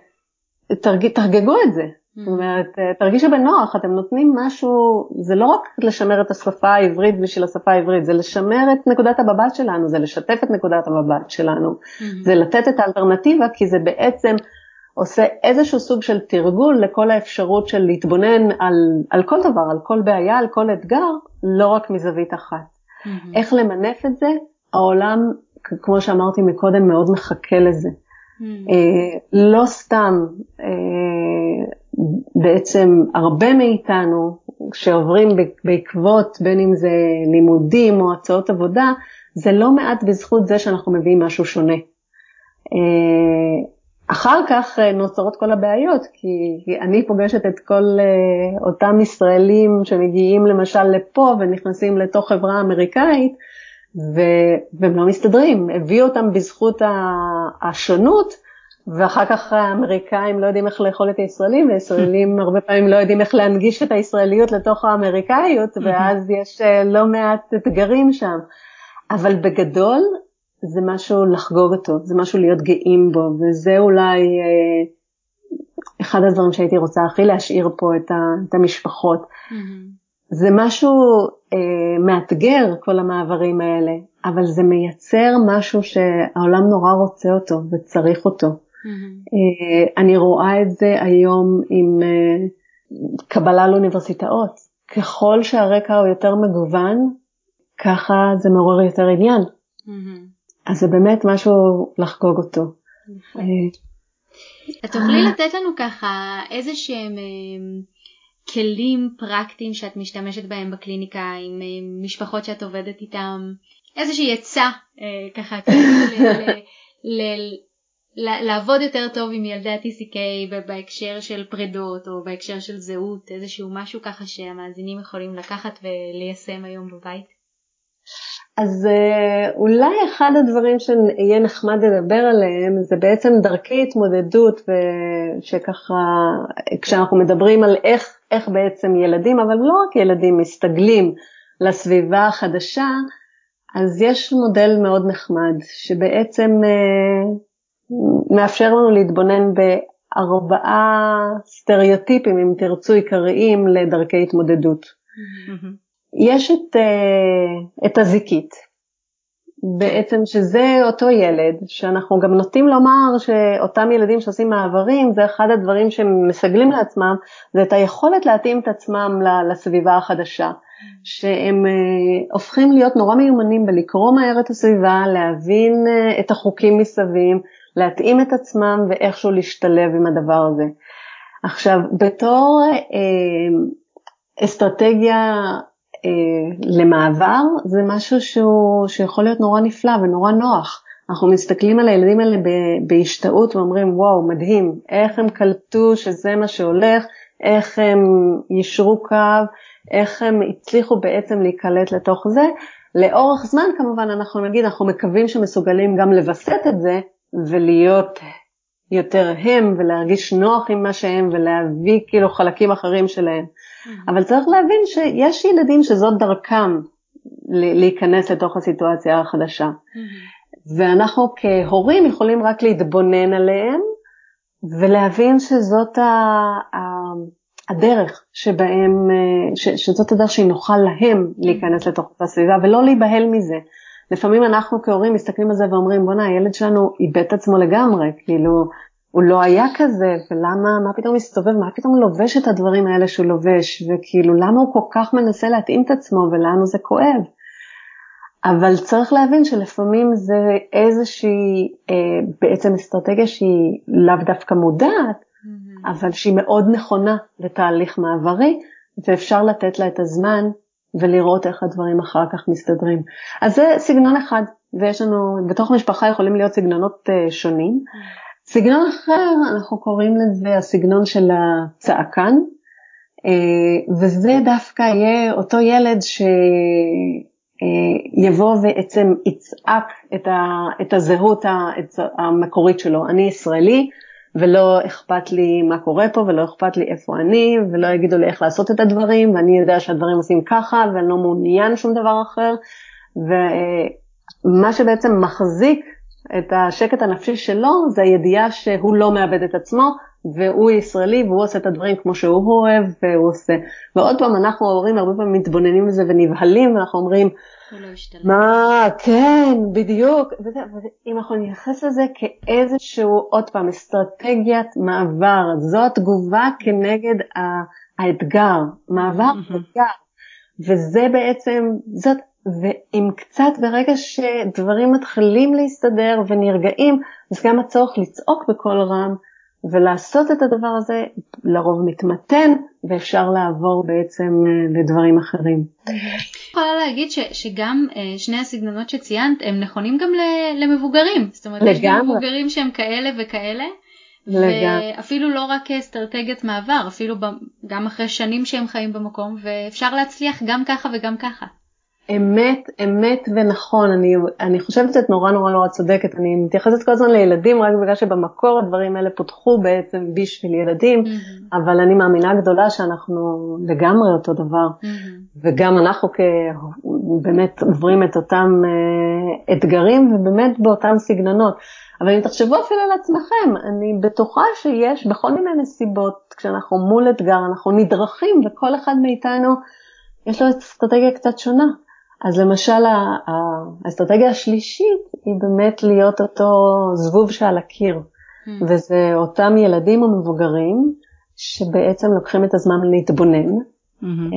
שתרגגו את זה. Mm-hmm. זאת אומרת, תרגישו בנוח, אתם נותנים משהו, זה לא רק לשמר את השפה העברית בשביל השפה העברית, זה לשמר את נקודת המבט שלנו, זה לשתף את נקודת המבט שלנו, mm-hmm. זה לתת את האלטרנטיבה, כי זה בעצם עושה איזשהו סוג של תרגול לכל האפשרות של להתבונן על, על כל דבר, על כל בעיה, על כל אתגר, לא רק מזווית אחת. Mm-hmm. איך למנף את זה? העולם, כמו שאמרתי מקודם, מאוד מחכה לזה. Mm-hmm. אה, לא סתם, אה, בעצם הרבה מאיתנו, שעוברים בעקבות, בין אם זה לימודים או הצעות עבודה, זה לא מעט בזכות זה שאנחנו מביאים משהו שונה. אה, אחר כך נוצרות כל הבעיות, כי אני פוגשת את כל אותם ישראלים שמגיעים למשל לפה ונכנסים לתוך חברה אמריקאית, והם לא מסתדרים. הביאו אותם בזכות השונות, ואחר כך האמריקאים לא יודעים איך לאכול את הישראלים, והישראלים הרבה פעמים לא יודעים איך להנגיש את הישראליות לתוך האמריקאיות, ואז יש לא מעט אתגרים שם. אבל בגדול, זה משהו לחגוג אותו, זה משהו להיות גאים בו, וזה אולי אה, אחד הדברים שהייתי רוצה הכי להשאיר פה את, ה, את המשפחות. Mm-hmm. זה משהו אה, מאתגר כל המעברים האלה, אבל זה מייצר משהו שהעולם נורא רוצה אותו וצריך אותו. Mm-hmm. אה, אני רואה את זה היום עם אה, קבלה לאוניברסיטאות. ככל שהרקע הוא יותר מגוון, ככה זה מעורר יותר עניין. Mm-hmm. אז זה באמת משהו לחגוג אותו.
את תוכלי לתת לנו ככה איזה שהם כלים פרקטיים שאת משתמשת בהם בקליניקה, עם משפחות שאת עובדת איתם, איזושהי עצה ככה לעבוד יותר טוב עם ילדי ה-טי סי קיי בהקשר של פרידות או בהקשר של זהות, איזשהו משהו ככה שהמאזינים יכולים לקחת וליישם היום בבית?
אז אולי אחד הדברים שיהיה נחמד לדבר עליהם, זה בעצם דרכי התמודדות, שככה, כשאנחנו מדברים על איך, איך בעצם ילדים, אבל לא רק ילדים, מסתגלים לסביבה החדשה, אז יש מודל מאוד נחמד, שבעצם מאפשר לנו להתבונן בארבעה סטריאוטיפים, אם תרצו, עיקריים לדרכי התמודדות. יש את, את הזיקית, בעצם שזה אותו ילד, שאנחנו גם נוטים לומר שאותם ילדים שעושים מעברים, זה אחד הדברים שמסגלים לעצמם, זה את היכולת להתאים את עצמם לסביבה החדשה, שהם הופכים להיות נורא מיומנים בלקרוא מהר את הסביבה, להבין את החוקים מסביב, להתאים את עצמם ואיכשהו להשתלב עם הדבר הזה. עכשיו, בתור אה, אסטרטגיה, למעבר, זה משהו שהוא, שיכול להיות נורא נפלא ונורא נוח. אנחנו מסתכלים על הילדים האלה בהשתאות ואומרים, וואו, מדהים, איך הם קלטו שזה מה שהולך, איך הם ישרו קו, איך הם הצליחו בעצם להיקלט לתוך זה. לאורך זמן כמובן אנחנו נגיד, אנחנו מקווים שמסוגלים גם לבסט את זה, ולהיות יותר הם, ולהרגיש נוח עם מה שהם, ולהביא כאילו חלקים אחרים שלהם. אבל צריך להבין שיש ילדים שזאת דרכם להיכנס לתוך הסיטואציה החדשה. ואנחנו כהורים יכולים רק להתבונן עליהם, ולהבין שזאת הדרך שבהם, שזאת הדרך שהיא נוכל להם להיכנס לתוך הסביבה, ולא להיבהל מזה. לפעמים אנחנו כהורים מסתכלים על זה ואומרים, בונה, הילד שלנו איבד את עצמו לגמרי, כאילו, הוא לא היה כזה, ולמה, מה פתאום מסתובב, מה פתאום לובש את הדברים האלה שהוא לובש, וכאילו, למה הוא כל כך מנסה להתאים את עצמו, ולנו זה כואב. אבל צריך להבין שלפעמים זה איזושהי, אה, בעצם אסטרטגיה שהיא לאו דווקא מודעת, mm-hmm. אבל שהיא מאוד נכונה לתהליך מעברי, ואפשר לתת לה את הזמן ולראות איך הדברים אחר כך מסתדרים. אז זה סגנון אחד, ויש לנו, בתוך המשפחה יכולים להיות סגנונות שונים. סגנון אחר, אנחנו קוראים לזה הסגנון של הצעקן, וזה דווקא יהיה אותו ילד שיבוא ועצם יצעק את הזהות המקורית שלו. אני ישראלי, ולא אכפת לי מה קורה פה, ולא אכפת לי איפה אני, ולא יגידו לי איך לעשות את הדברים, ואני יודע שהדברים עושים ככה, ואני לא מעוניין שום דבר אחר, ומה שבעצם מחזיק את השקט הנפשי שלו, זה הידיעה שהוא לא מאבד את עצמו, והוא ישראלי, והוא עושה את הדברים כמו שהוא אוהב, והוא עושה. ועוד פעם, אנחנו ההורים הרבה פעמים מתבוננים בזה ונבהלים, ואנחנו אומרים, מה, כן, בדיוק, וזה, אם אנחנו נייחס לזה כאיזשהו, עוד פעם, אסטרטגיית מעבר, זו התגובה כנגד האתגר, מעבר אתגר, וזה בעצם, זאת, ועם קצת ברגע שדברים מתחילים להסתדר ונרגעים, אז גם הצורך לצעוק בכל רם, ולעשות את הדבר הזה לרוב מתמתן, ואפשר לעבור בעצם לדברים אחרים.
יכולה להגיד ש, שגם שני הסגנונות שציינת, הם נכונים גם למבוגרים. זאת אומרת, יש גם מבוגרים שהם כאלה וכאלה, לגמרי. ואפילו לא רק אסטרטגיית מעבר, אפילו גם אחרי שנים שהם חיים במקום, ואפשר להצליח גם ככה וגם ככה.
אמת, אמת ונכון, אני, אני חושבת שאת נורא נורא נורא צודקת, אני מתייחסת כל הזמן לילדים, רק בגלל שבמקור הדברים האלה פותחו בעצם בשביל ילדים, mm-hmm. אבל אני מאמינה גדולה שאנחנו לגמרי אותו דבר, mm-hmm. וגם אנחנו באמת עוברים את אותם uh, אתגרים, ובאמת באותם סגנונות, אבל אם תחשבו אפילו על עצמכם, אני בטוחה שיש בכל מיני נסיבות, כשאנחנו מול אתגר, אנחנו נדרכים, וכל אחד מאיתנו יש לו אסטרטגיה קצת שונה. אז למשל, האסטרטגיה השלישית היא באמת להיות אותו זבוב שעל הקיר, mm. וזה אותם ילדים או מבוגרים שבעצם לוקחים את הזמן להתבונן, mm-hmm.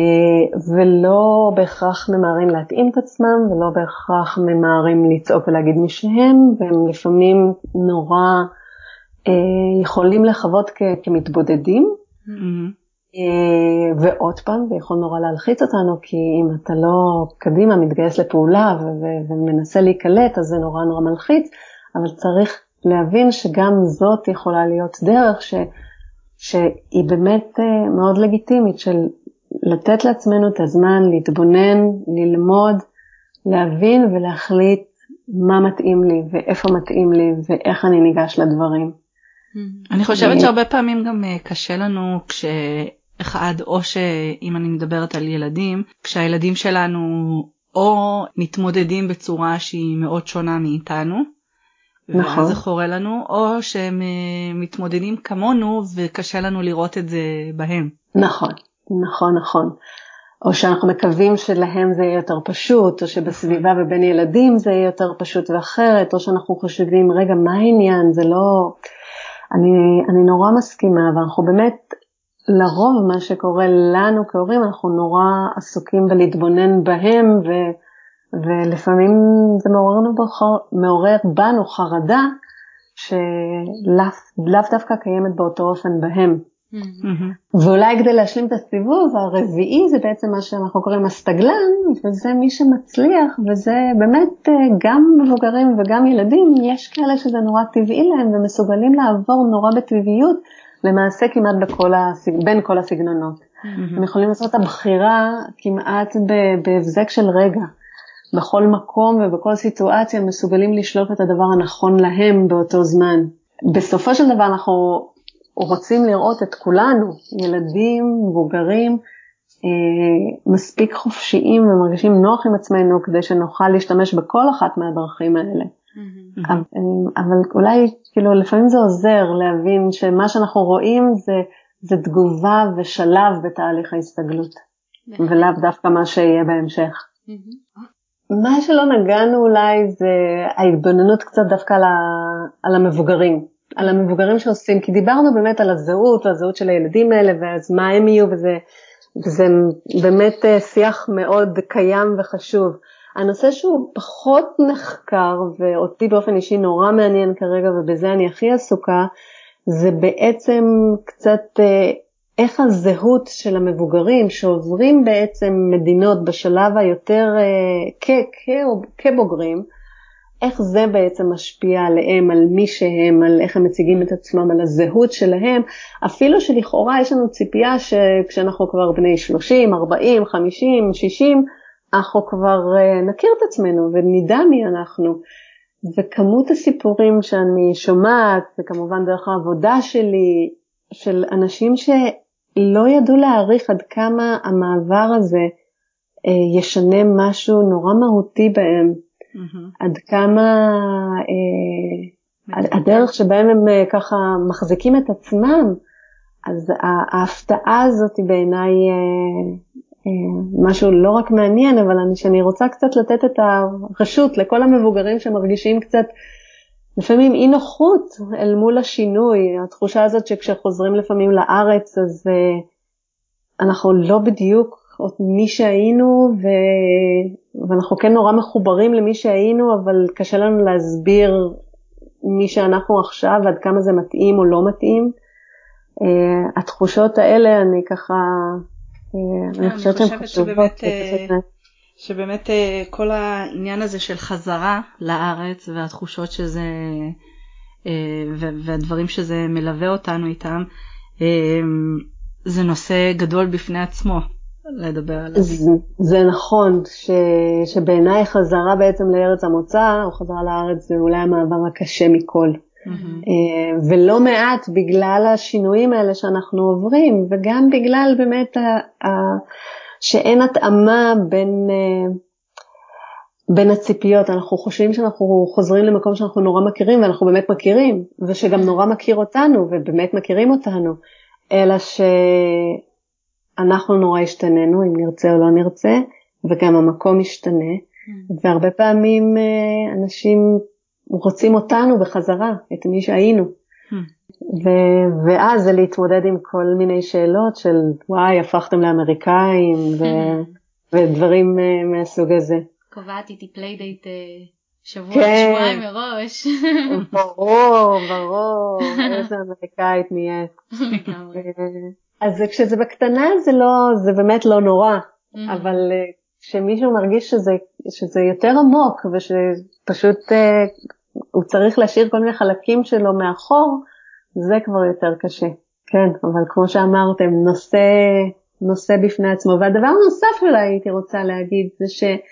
ולא בהכרח ממהרים להתאים את עצמם, ולא בהכרח ממהרים לצעוק ולהגיד מי שהם, והם לפעמים נורא יכולים לחוות כ- כמתבודדים, mm-hmm. ועוד פעם, זה יכול נורא להלחיץ אותנו, כי אם אתה לא קדימה מתגייס לפעולה ו- ו- ומנסה להיקלט, אז זה נורא נורא מלחיץ, אבל צריך להבין שגם זאת יכולה להיות דרך ש- שהיא באמת מאוד לגיטימית, של לתת לעצמנו את הזמן, להתבונן, ללמוד, להבין ולהחליט מה מתאים לי ואיפה מתאים לי ואיך אני ניגש לדברים.
אני חושבת שהרבה פעמים גם קשה לנו כש... אחד, או שאם אני מדברת על ילדים, כשהילדים שלנו או מתמודדים בצורה שהיא מאוד שונה מאיתנו, נכון. ואז זה חורה לנו, או שהם מתמודדים כמונו וקשה לנו לראות את זה בהם.
נכון, נכון, נכון. או שאנחנו מקווים שלהם זה יהיה יותר פשוט, או שבסביבה ובין ילדים זה יהיה יותר פשוט ואחרת, או שאנחנו חושבים, רגע, מה העניין? זה לא... אני, אני נורא מסכימה, ואנחנו באמת... לרוב מה שקורה לנו כהורים, אנחנו נורא עסוקים בלהתבונן בהם, ו, ולפעמים זה מעורר, מעורר בנו חרדה, שלאו דווקא קיימת באותו אופן בהם. Mm-hmm. ואולי כדי להשלים את הסיבוב, הרביעי זה בעצם מה שאנחנו קוראים הסטגלן, וזה מי שמצליח, וזה באמת גם מבוגרים וגם ילדים, יש כאלה שזה נורא טבעי להם, ומסוגלים לעבור נורא בטבעיות, למעשה כמעט בכל הסג... בין כל הסגנונות. Mm-hmm. הם יכולים לעשות את הבחירה כמעט בהבזק של רגע. בכל מקום ובכל סיטואציה הם מסוגלים לשלוף את הדבר הנכון להם באותו זמן. בסופו של דבר אנחנו רוצים לראות את כולנו, ילדים, מבוגרים, אה, מספיק חופשיים ומרגישים נוח עם עצמנו כדי שנוכל להשתמש בכל אחת מהדרכים האלה. Mm-hmm. אבל, אבל אולי כאילו לפעמים זה עוזר להבין שמה שאנחנו רואים זה, זה תגובה ושלב בתהליך ההסתגלות, mm-hmm. ולאו דווקא מה שיהיה בהמשך. Mm-hmm. מה שלא נגענו אולי זה ההתבוננות קצת דווקא על, ה, על המבוגרים, על המבוגרים שעושים, כי דיברנו באמת על הזהות והזהות של הילדים האלה, ואז מה הם יהיו, וזה, וזה באמת שיח מאוד קיים וחשוב. הנושא שהוא פחות נחקר, ואותי באופן אישי נורא מעניין כרגע, ובזה אני הכי עסוקה, זה בעצם קצת איך הזהות של המבוגרים שעוברים בעצם מדינות בשלב היותר כ, כ, כבוגרים, איך זה בעצם משפיע עליהם, על מי שהם, על איך הם מציגים את עצמם, על הזהות שלהם, אפילו שלכאורה יש לנו ציפייה שכשאנחנו כבר בני שלושים, ארבעים, חמישים, שישים, אנחנו כבר נכיר את עצמנו ונדע מי אנחנו. וכמות הסיפורים שאני שומעת, וכמובן דרך העבודה שלי, של אנשים שלא ידעו להעריך עד כמה המעבר הזה ישנה משהו נורא מהותי בהם, mm-hmm. עד כמה אה, הדרך שבהם הם ככה מחזיקים את עצמם, אז ההפתעה הזאת היא בעיניי אה, אה, משהו לא רק מעניין, אבל אני, שאני רוצה קצת לתת את הרשות לכל המבוגרים שמרגישים קצת לפעמים אי נוחות אל מול השינוי, התחושה הזאת שכשחוזרים לפעמים לארץ, אז uh, אנחנו לא בדיוק מי שהיינו, ו... ואנחנו כן נורא מחוברים למי שהיינו, אבל קשה לנו להסביר מי שאנחנו עכשיו, עד כמה זה מתאים או לא מתאים. Uh, התחושות האלה, אני ככה, uh, אני חושבת שהן חשובות.
שבאמת כל העניין הזה של חזרה לארץ והתחושות שזה, והדברים שזה מלווה אותנו איתם, זה נושא גדול בפני עצמו לדבר עליו.
זה, זה נכון, ש, שבעיניי חזרה בעצם לארץ המוצא, או חזרה לארץ זה אולי המעבר הקשה מכל. Mm-hmm. ולא מעט בגלל השינויים האלה שאנחנו עוברים, וגם בגלל באמת ה... ה שאין התאמה בין, בין הציפיות. אנחנו חושבים שאנחנו חוזרים למקום שאנחנו נורא מכירים, ואנחנו באמת מכירים, ושגם נורא מכיר אותנו, ובאמת מכירים אותנו, אלא שאנחנו נורא השתננו, אם נרצה או לא נרצה, וגם המקום השתנה, והרבה פעמים אנשים רוצים אותנו בחזרה, את מי שהיינו. ו- ואז זה להתמודד עם כל מיני שאלות של וואי, הפכתם לאמריקאים ו- ודברים uh, מהסוג הזה.
קובעת איתי פליידייט uh, שבוע, כן. שבועיים מראש.
ברור, ברור, איזה אמריקאית נהיית. אז כשזה בקטנה זה לא, זה באמת לא נורא, אבל uh, כשמישהו מרגיש שזה, שזה יותר עמוק ושפשוט uh, הוא צריך להשאיר כל מיני חלקים שלו מאחור, זה כבר יותר קשה, כן, אבל כמו שאמרתם, נושא, נושא בפני עצמו. והדבר נוסף אולי הייתי רוצה להגיד, זה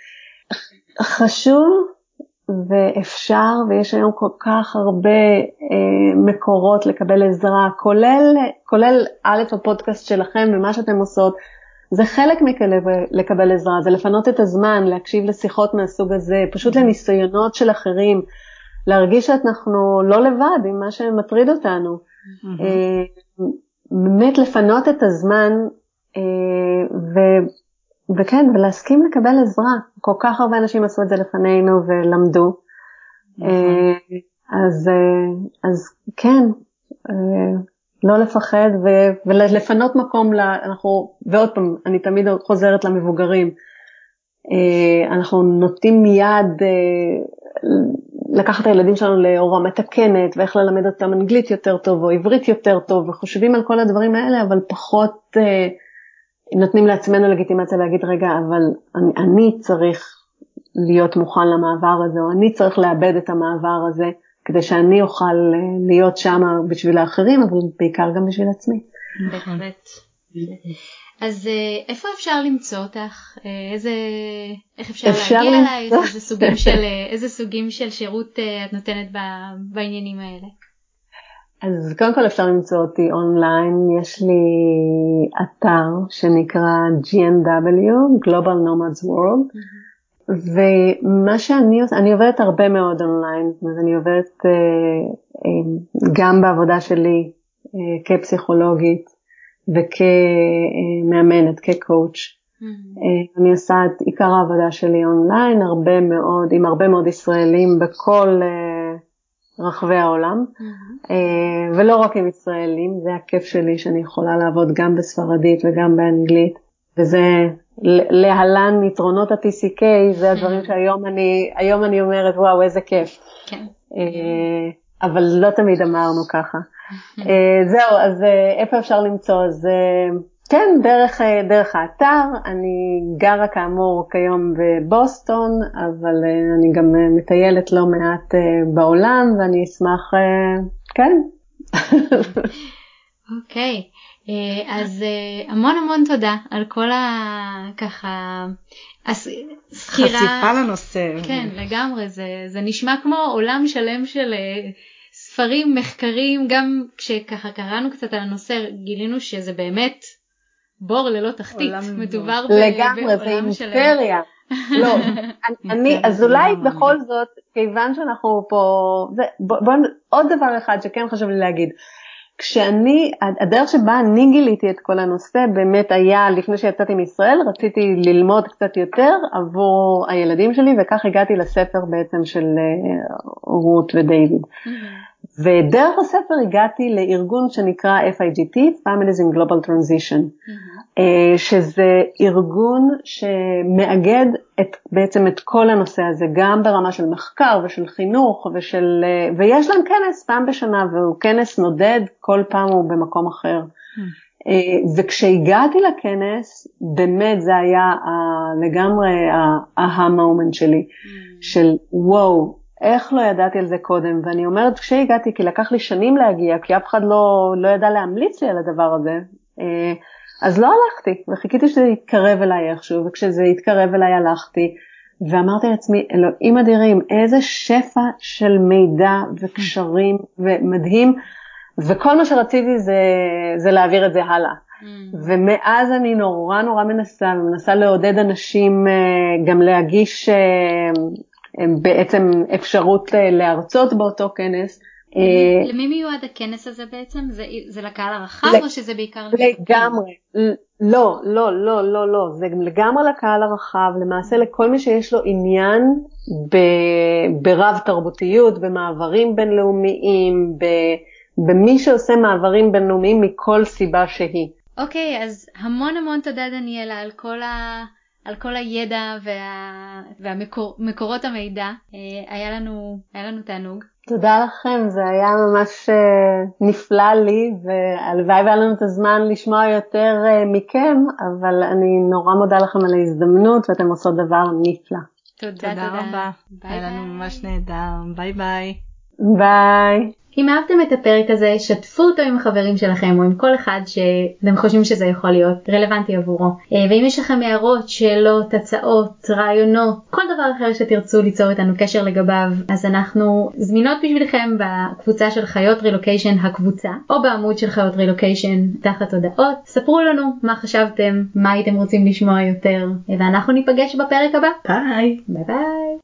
שחשוב ואפשר, ויש היום כל כך הרבה אה, מקורות לקבל עזרה, כולל, כולל א' הפודקאסט שלכם ומה שאתם עושות, זה חלק מקבל, לקבל עזרה, זה לפנות את הזמן, להקשיב לשיחות מהסוג הזה, פשוט לניסיונות של אחרים, להרגיש שאנחנו לא לבד עם מה שמטריד אותנו. Mm-hmm. באמת לפנות את הזמן, ו, וכן, ולהסכים לקבל עזרה. כל כך הרבה אנשים עשו את זה לפנינו ולמדו. Mm-hmm. אז, אז כן, לא לפחד ו, ולפנות מקום, אנחנו, ועוד פעם, אני תמיד חוזרת למבוגרים, אנחנו נוטים מיד לקחת את הילדים שלנו להוראה מתקנת, ואיך ללמד אותם אנגלית יותר טוב, או עברית יותר טוב, וחושבים על כל הדברים האלה, אבל פחות אה, נותנים לעצמנו לגיטימציה להגיד, רגע, אבל אני, אני צריך להיות מוכן למעבר הזה, או אני צריך לאבד את המעבר הזה, כדי שאני אוכל להיות שם בשביל האחרים, אבל בעיקר גם בשביל עצמי.
בהחלט. אז איפה אפשר למצוא אותך? איזה, איך אפשר, אפשר להגיע אלייך? איזה סוגים של, איזה סוגים של שירות את נותנת בעניינים האלה?
אז קודם כל אפשר למצוא אותי אונליין. יש לי אתר שנקרא ג'י אן דאבליו, Global Nomads World. Mm-hmm. ומה שאני עושה, אני עובדת הרבה מאוד אונליין, אז אני עובדת גם בעבודה שלי כפסיכולוגית, וכמאמנת, כקואוץ'. Mm-hmm. אני עושה את עיקר העבודה שלי אונליין, הרבה מאוד, עם הרבה מאוד ישראלים בכל uh, רחבי העולם, mm-hmm. uh, ולא רק עם ישראלים, זה הכיף שלי שאני יכולה לעבוד גם בספרדית וגם באנגלית, וזה להלן יתרונות ה-טי סי קיי, זה הדברים שהיום אני, היום אני אומרת, וואו, איזה כיף. כן. Uh, אבל לא תמיד אמרנו ככה. זהו, אז איפה אפשר למצוא? אז כן, דרך, דרך האתר. אני גרה כאמור כיום בבוסטון, אבל אני גם מטיילת לא מעט בעולם, ואני אשמח, כן.
אוקיי, אז המון המון תודה על כל הככה סקירה.
חשיפה לנושא.
כן, לגמרי, זה, זה נשמע כמו עולם שלם של ספרים, מחקרים, גם כשככה קראנו קצת על הנושא, גילינו שזה באמת בור ללא תחתית, מדובר
לגמרי, זה אימפריה. לא, אני, אז אולי בכל זאת, כיוון שאנחנו פה, זה, בוא, בוא, עוד דבר אחד שכן חשוב לי להגיד, כשאני, הדרך שבה אני גיליתי את כל הנושא, באמת היה, לפני שיצאתי מישראל, רציתי ללמוד קצת יותר עבור הילדים שלי, וכך הגעתי לספר בעצם של רות ודייוויד. ודרך הספר הגעתי לארגון שנקרא F I G T, Families in Global Transition, שזה ארגון שמאגד את, בעצם את כל הנושא הזה, גם ברמה של מחקר ושל חינוך, ושל, ויש להם כנס פעם בשנה, והוא כנס נודד, כל פעם הוא במקום אחר. וכשהגעתי לכנס, באמת זה היה לגמרי ה-moment שלי, של וואו, איך לא ידעתי על זה קודם, ואני אומרת כשהגעתי, כי לקח לי שנים להגיע, כי אף אחד לא, לא ידע להמליץ לי על הדבר הזה, אז לא הלכתי, וחיכיתי שזה יתקרב אליי איכשהו, וכשזה יתקרב אליי הלכתי, ואמרתי לעצמי, אלוהים אדירים, איזה שפע של מידע וקשרים ומדהים, וכל מה שרציתי זה, זה להעביר את זה הלאה. ומאז אני נורא נורא מנסה, מנסה לעודד אנשים גם להגיש בעצם אפשרות להרצות באותו כנס.
למי מיועד הכנס הזה בעצם? זה, זה לקהל הרחב או שזה בעיקר?
לגמרי. לא, לא, לא, לא, לא. זה לגמרי לקהל הרחב, למעשה לכל מי שיש לו עניין ברב תרבותיות, במעברים בינלאומיים, במי שעושה מעברים בינלאומיים מכל סיבה שהיא.
אוקיי, אז המון המון תודה דניאלה על כל ה... על כל הידע וה... והמקורות המידע. היה לנו, היה לנו תענוג.
תודה לכם, זה היה ממש נפלא לי, והלוואי והיה לנו את הזמן לשמוע יותר מכם, אבל אני נורא מודה לכם על ההזדמנות, ואתם עושות דבר נפלא.
תודה,
תודה רבה. היה לנו ממש נהדר. ביי ביי.
ביי.
אם אהבתם את הפרק הזה, שתפו אותו עם החברים שלכם או עם כל אחד שאתם חושבים שזה יכול להיות רלוונטי עבורו. ואם יש לכם הערות, שאלות, הצעות, רעיונות, כל דבר אחר שתרצו ליצור איתנו קשר לגביו, אז אנחנו זמינות בשבילכם בקבוצה של חיות רילוקיישן הקבוצה, או בעמוד של חיות רילוקיישן תחת הודעות. ספרו לנו מה חשבתם, מה הייתם רוצים לשמוע יותר, ואנחנו ניפגש בפרק הבא.
ביי.
ביי ביי.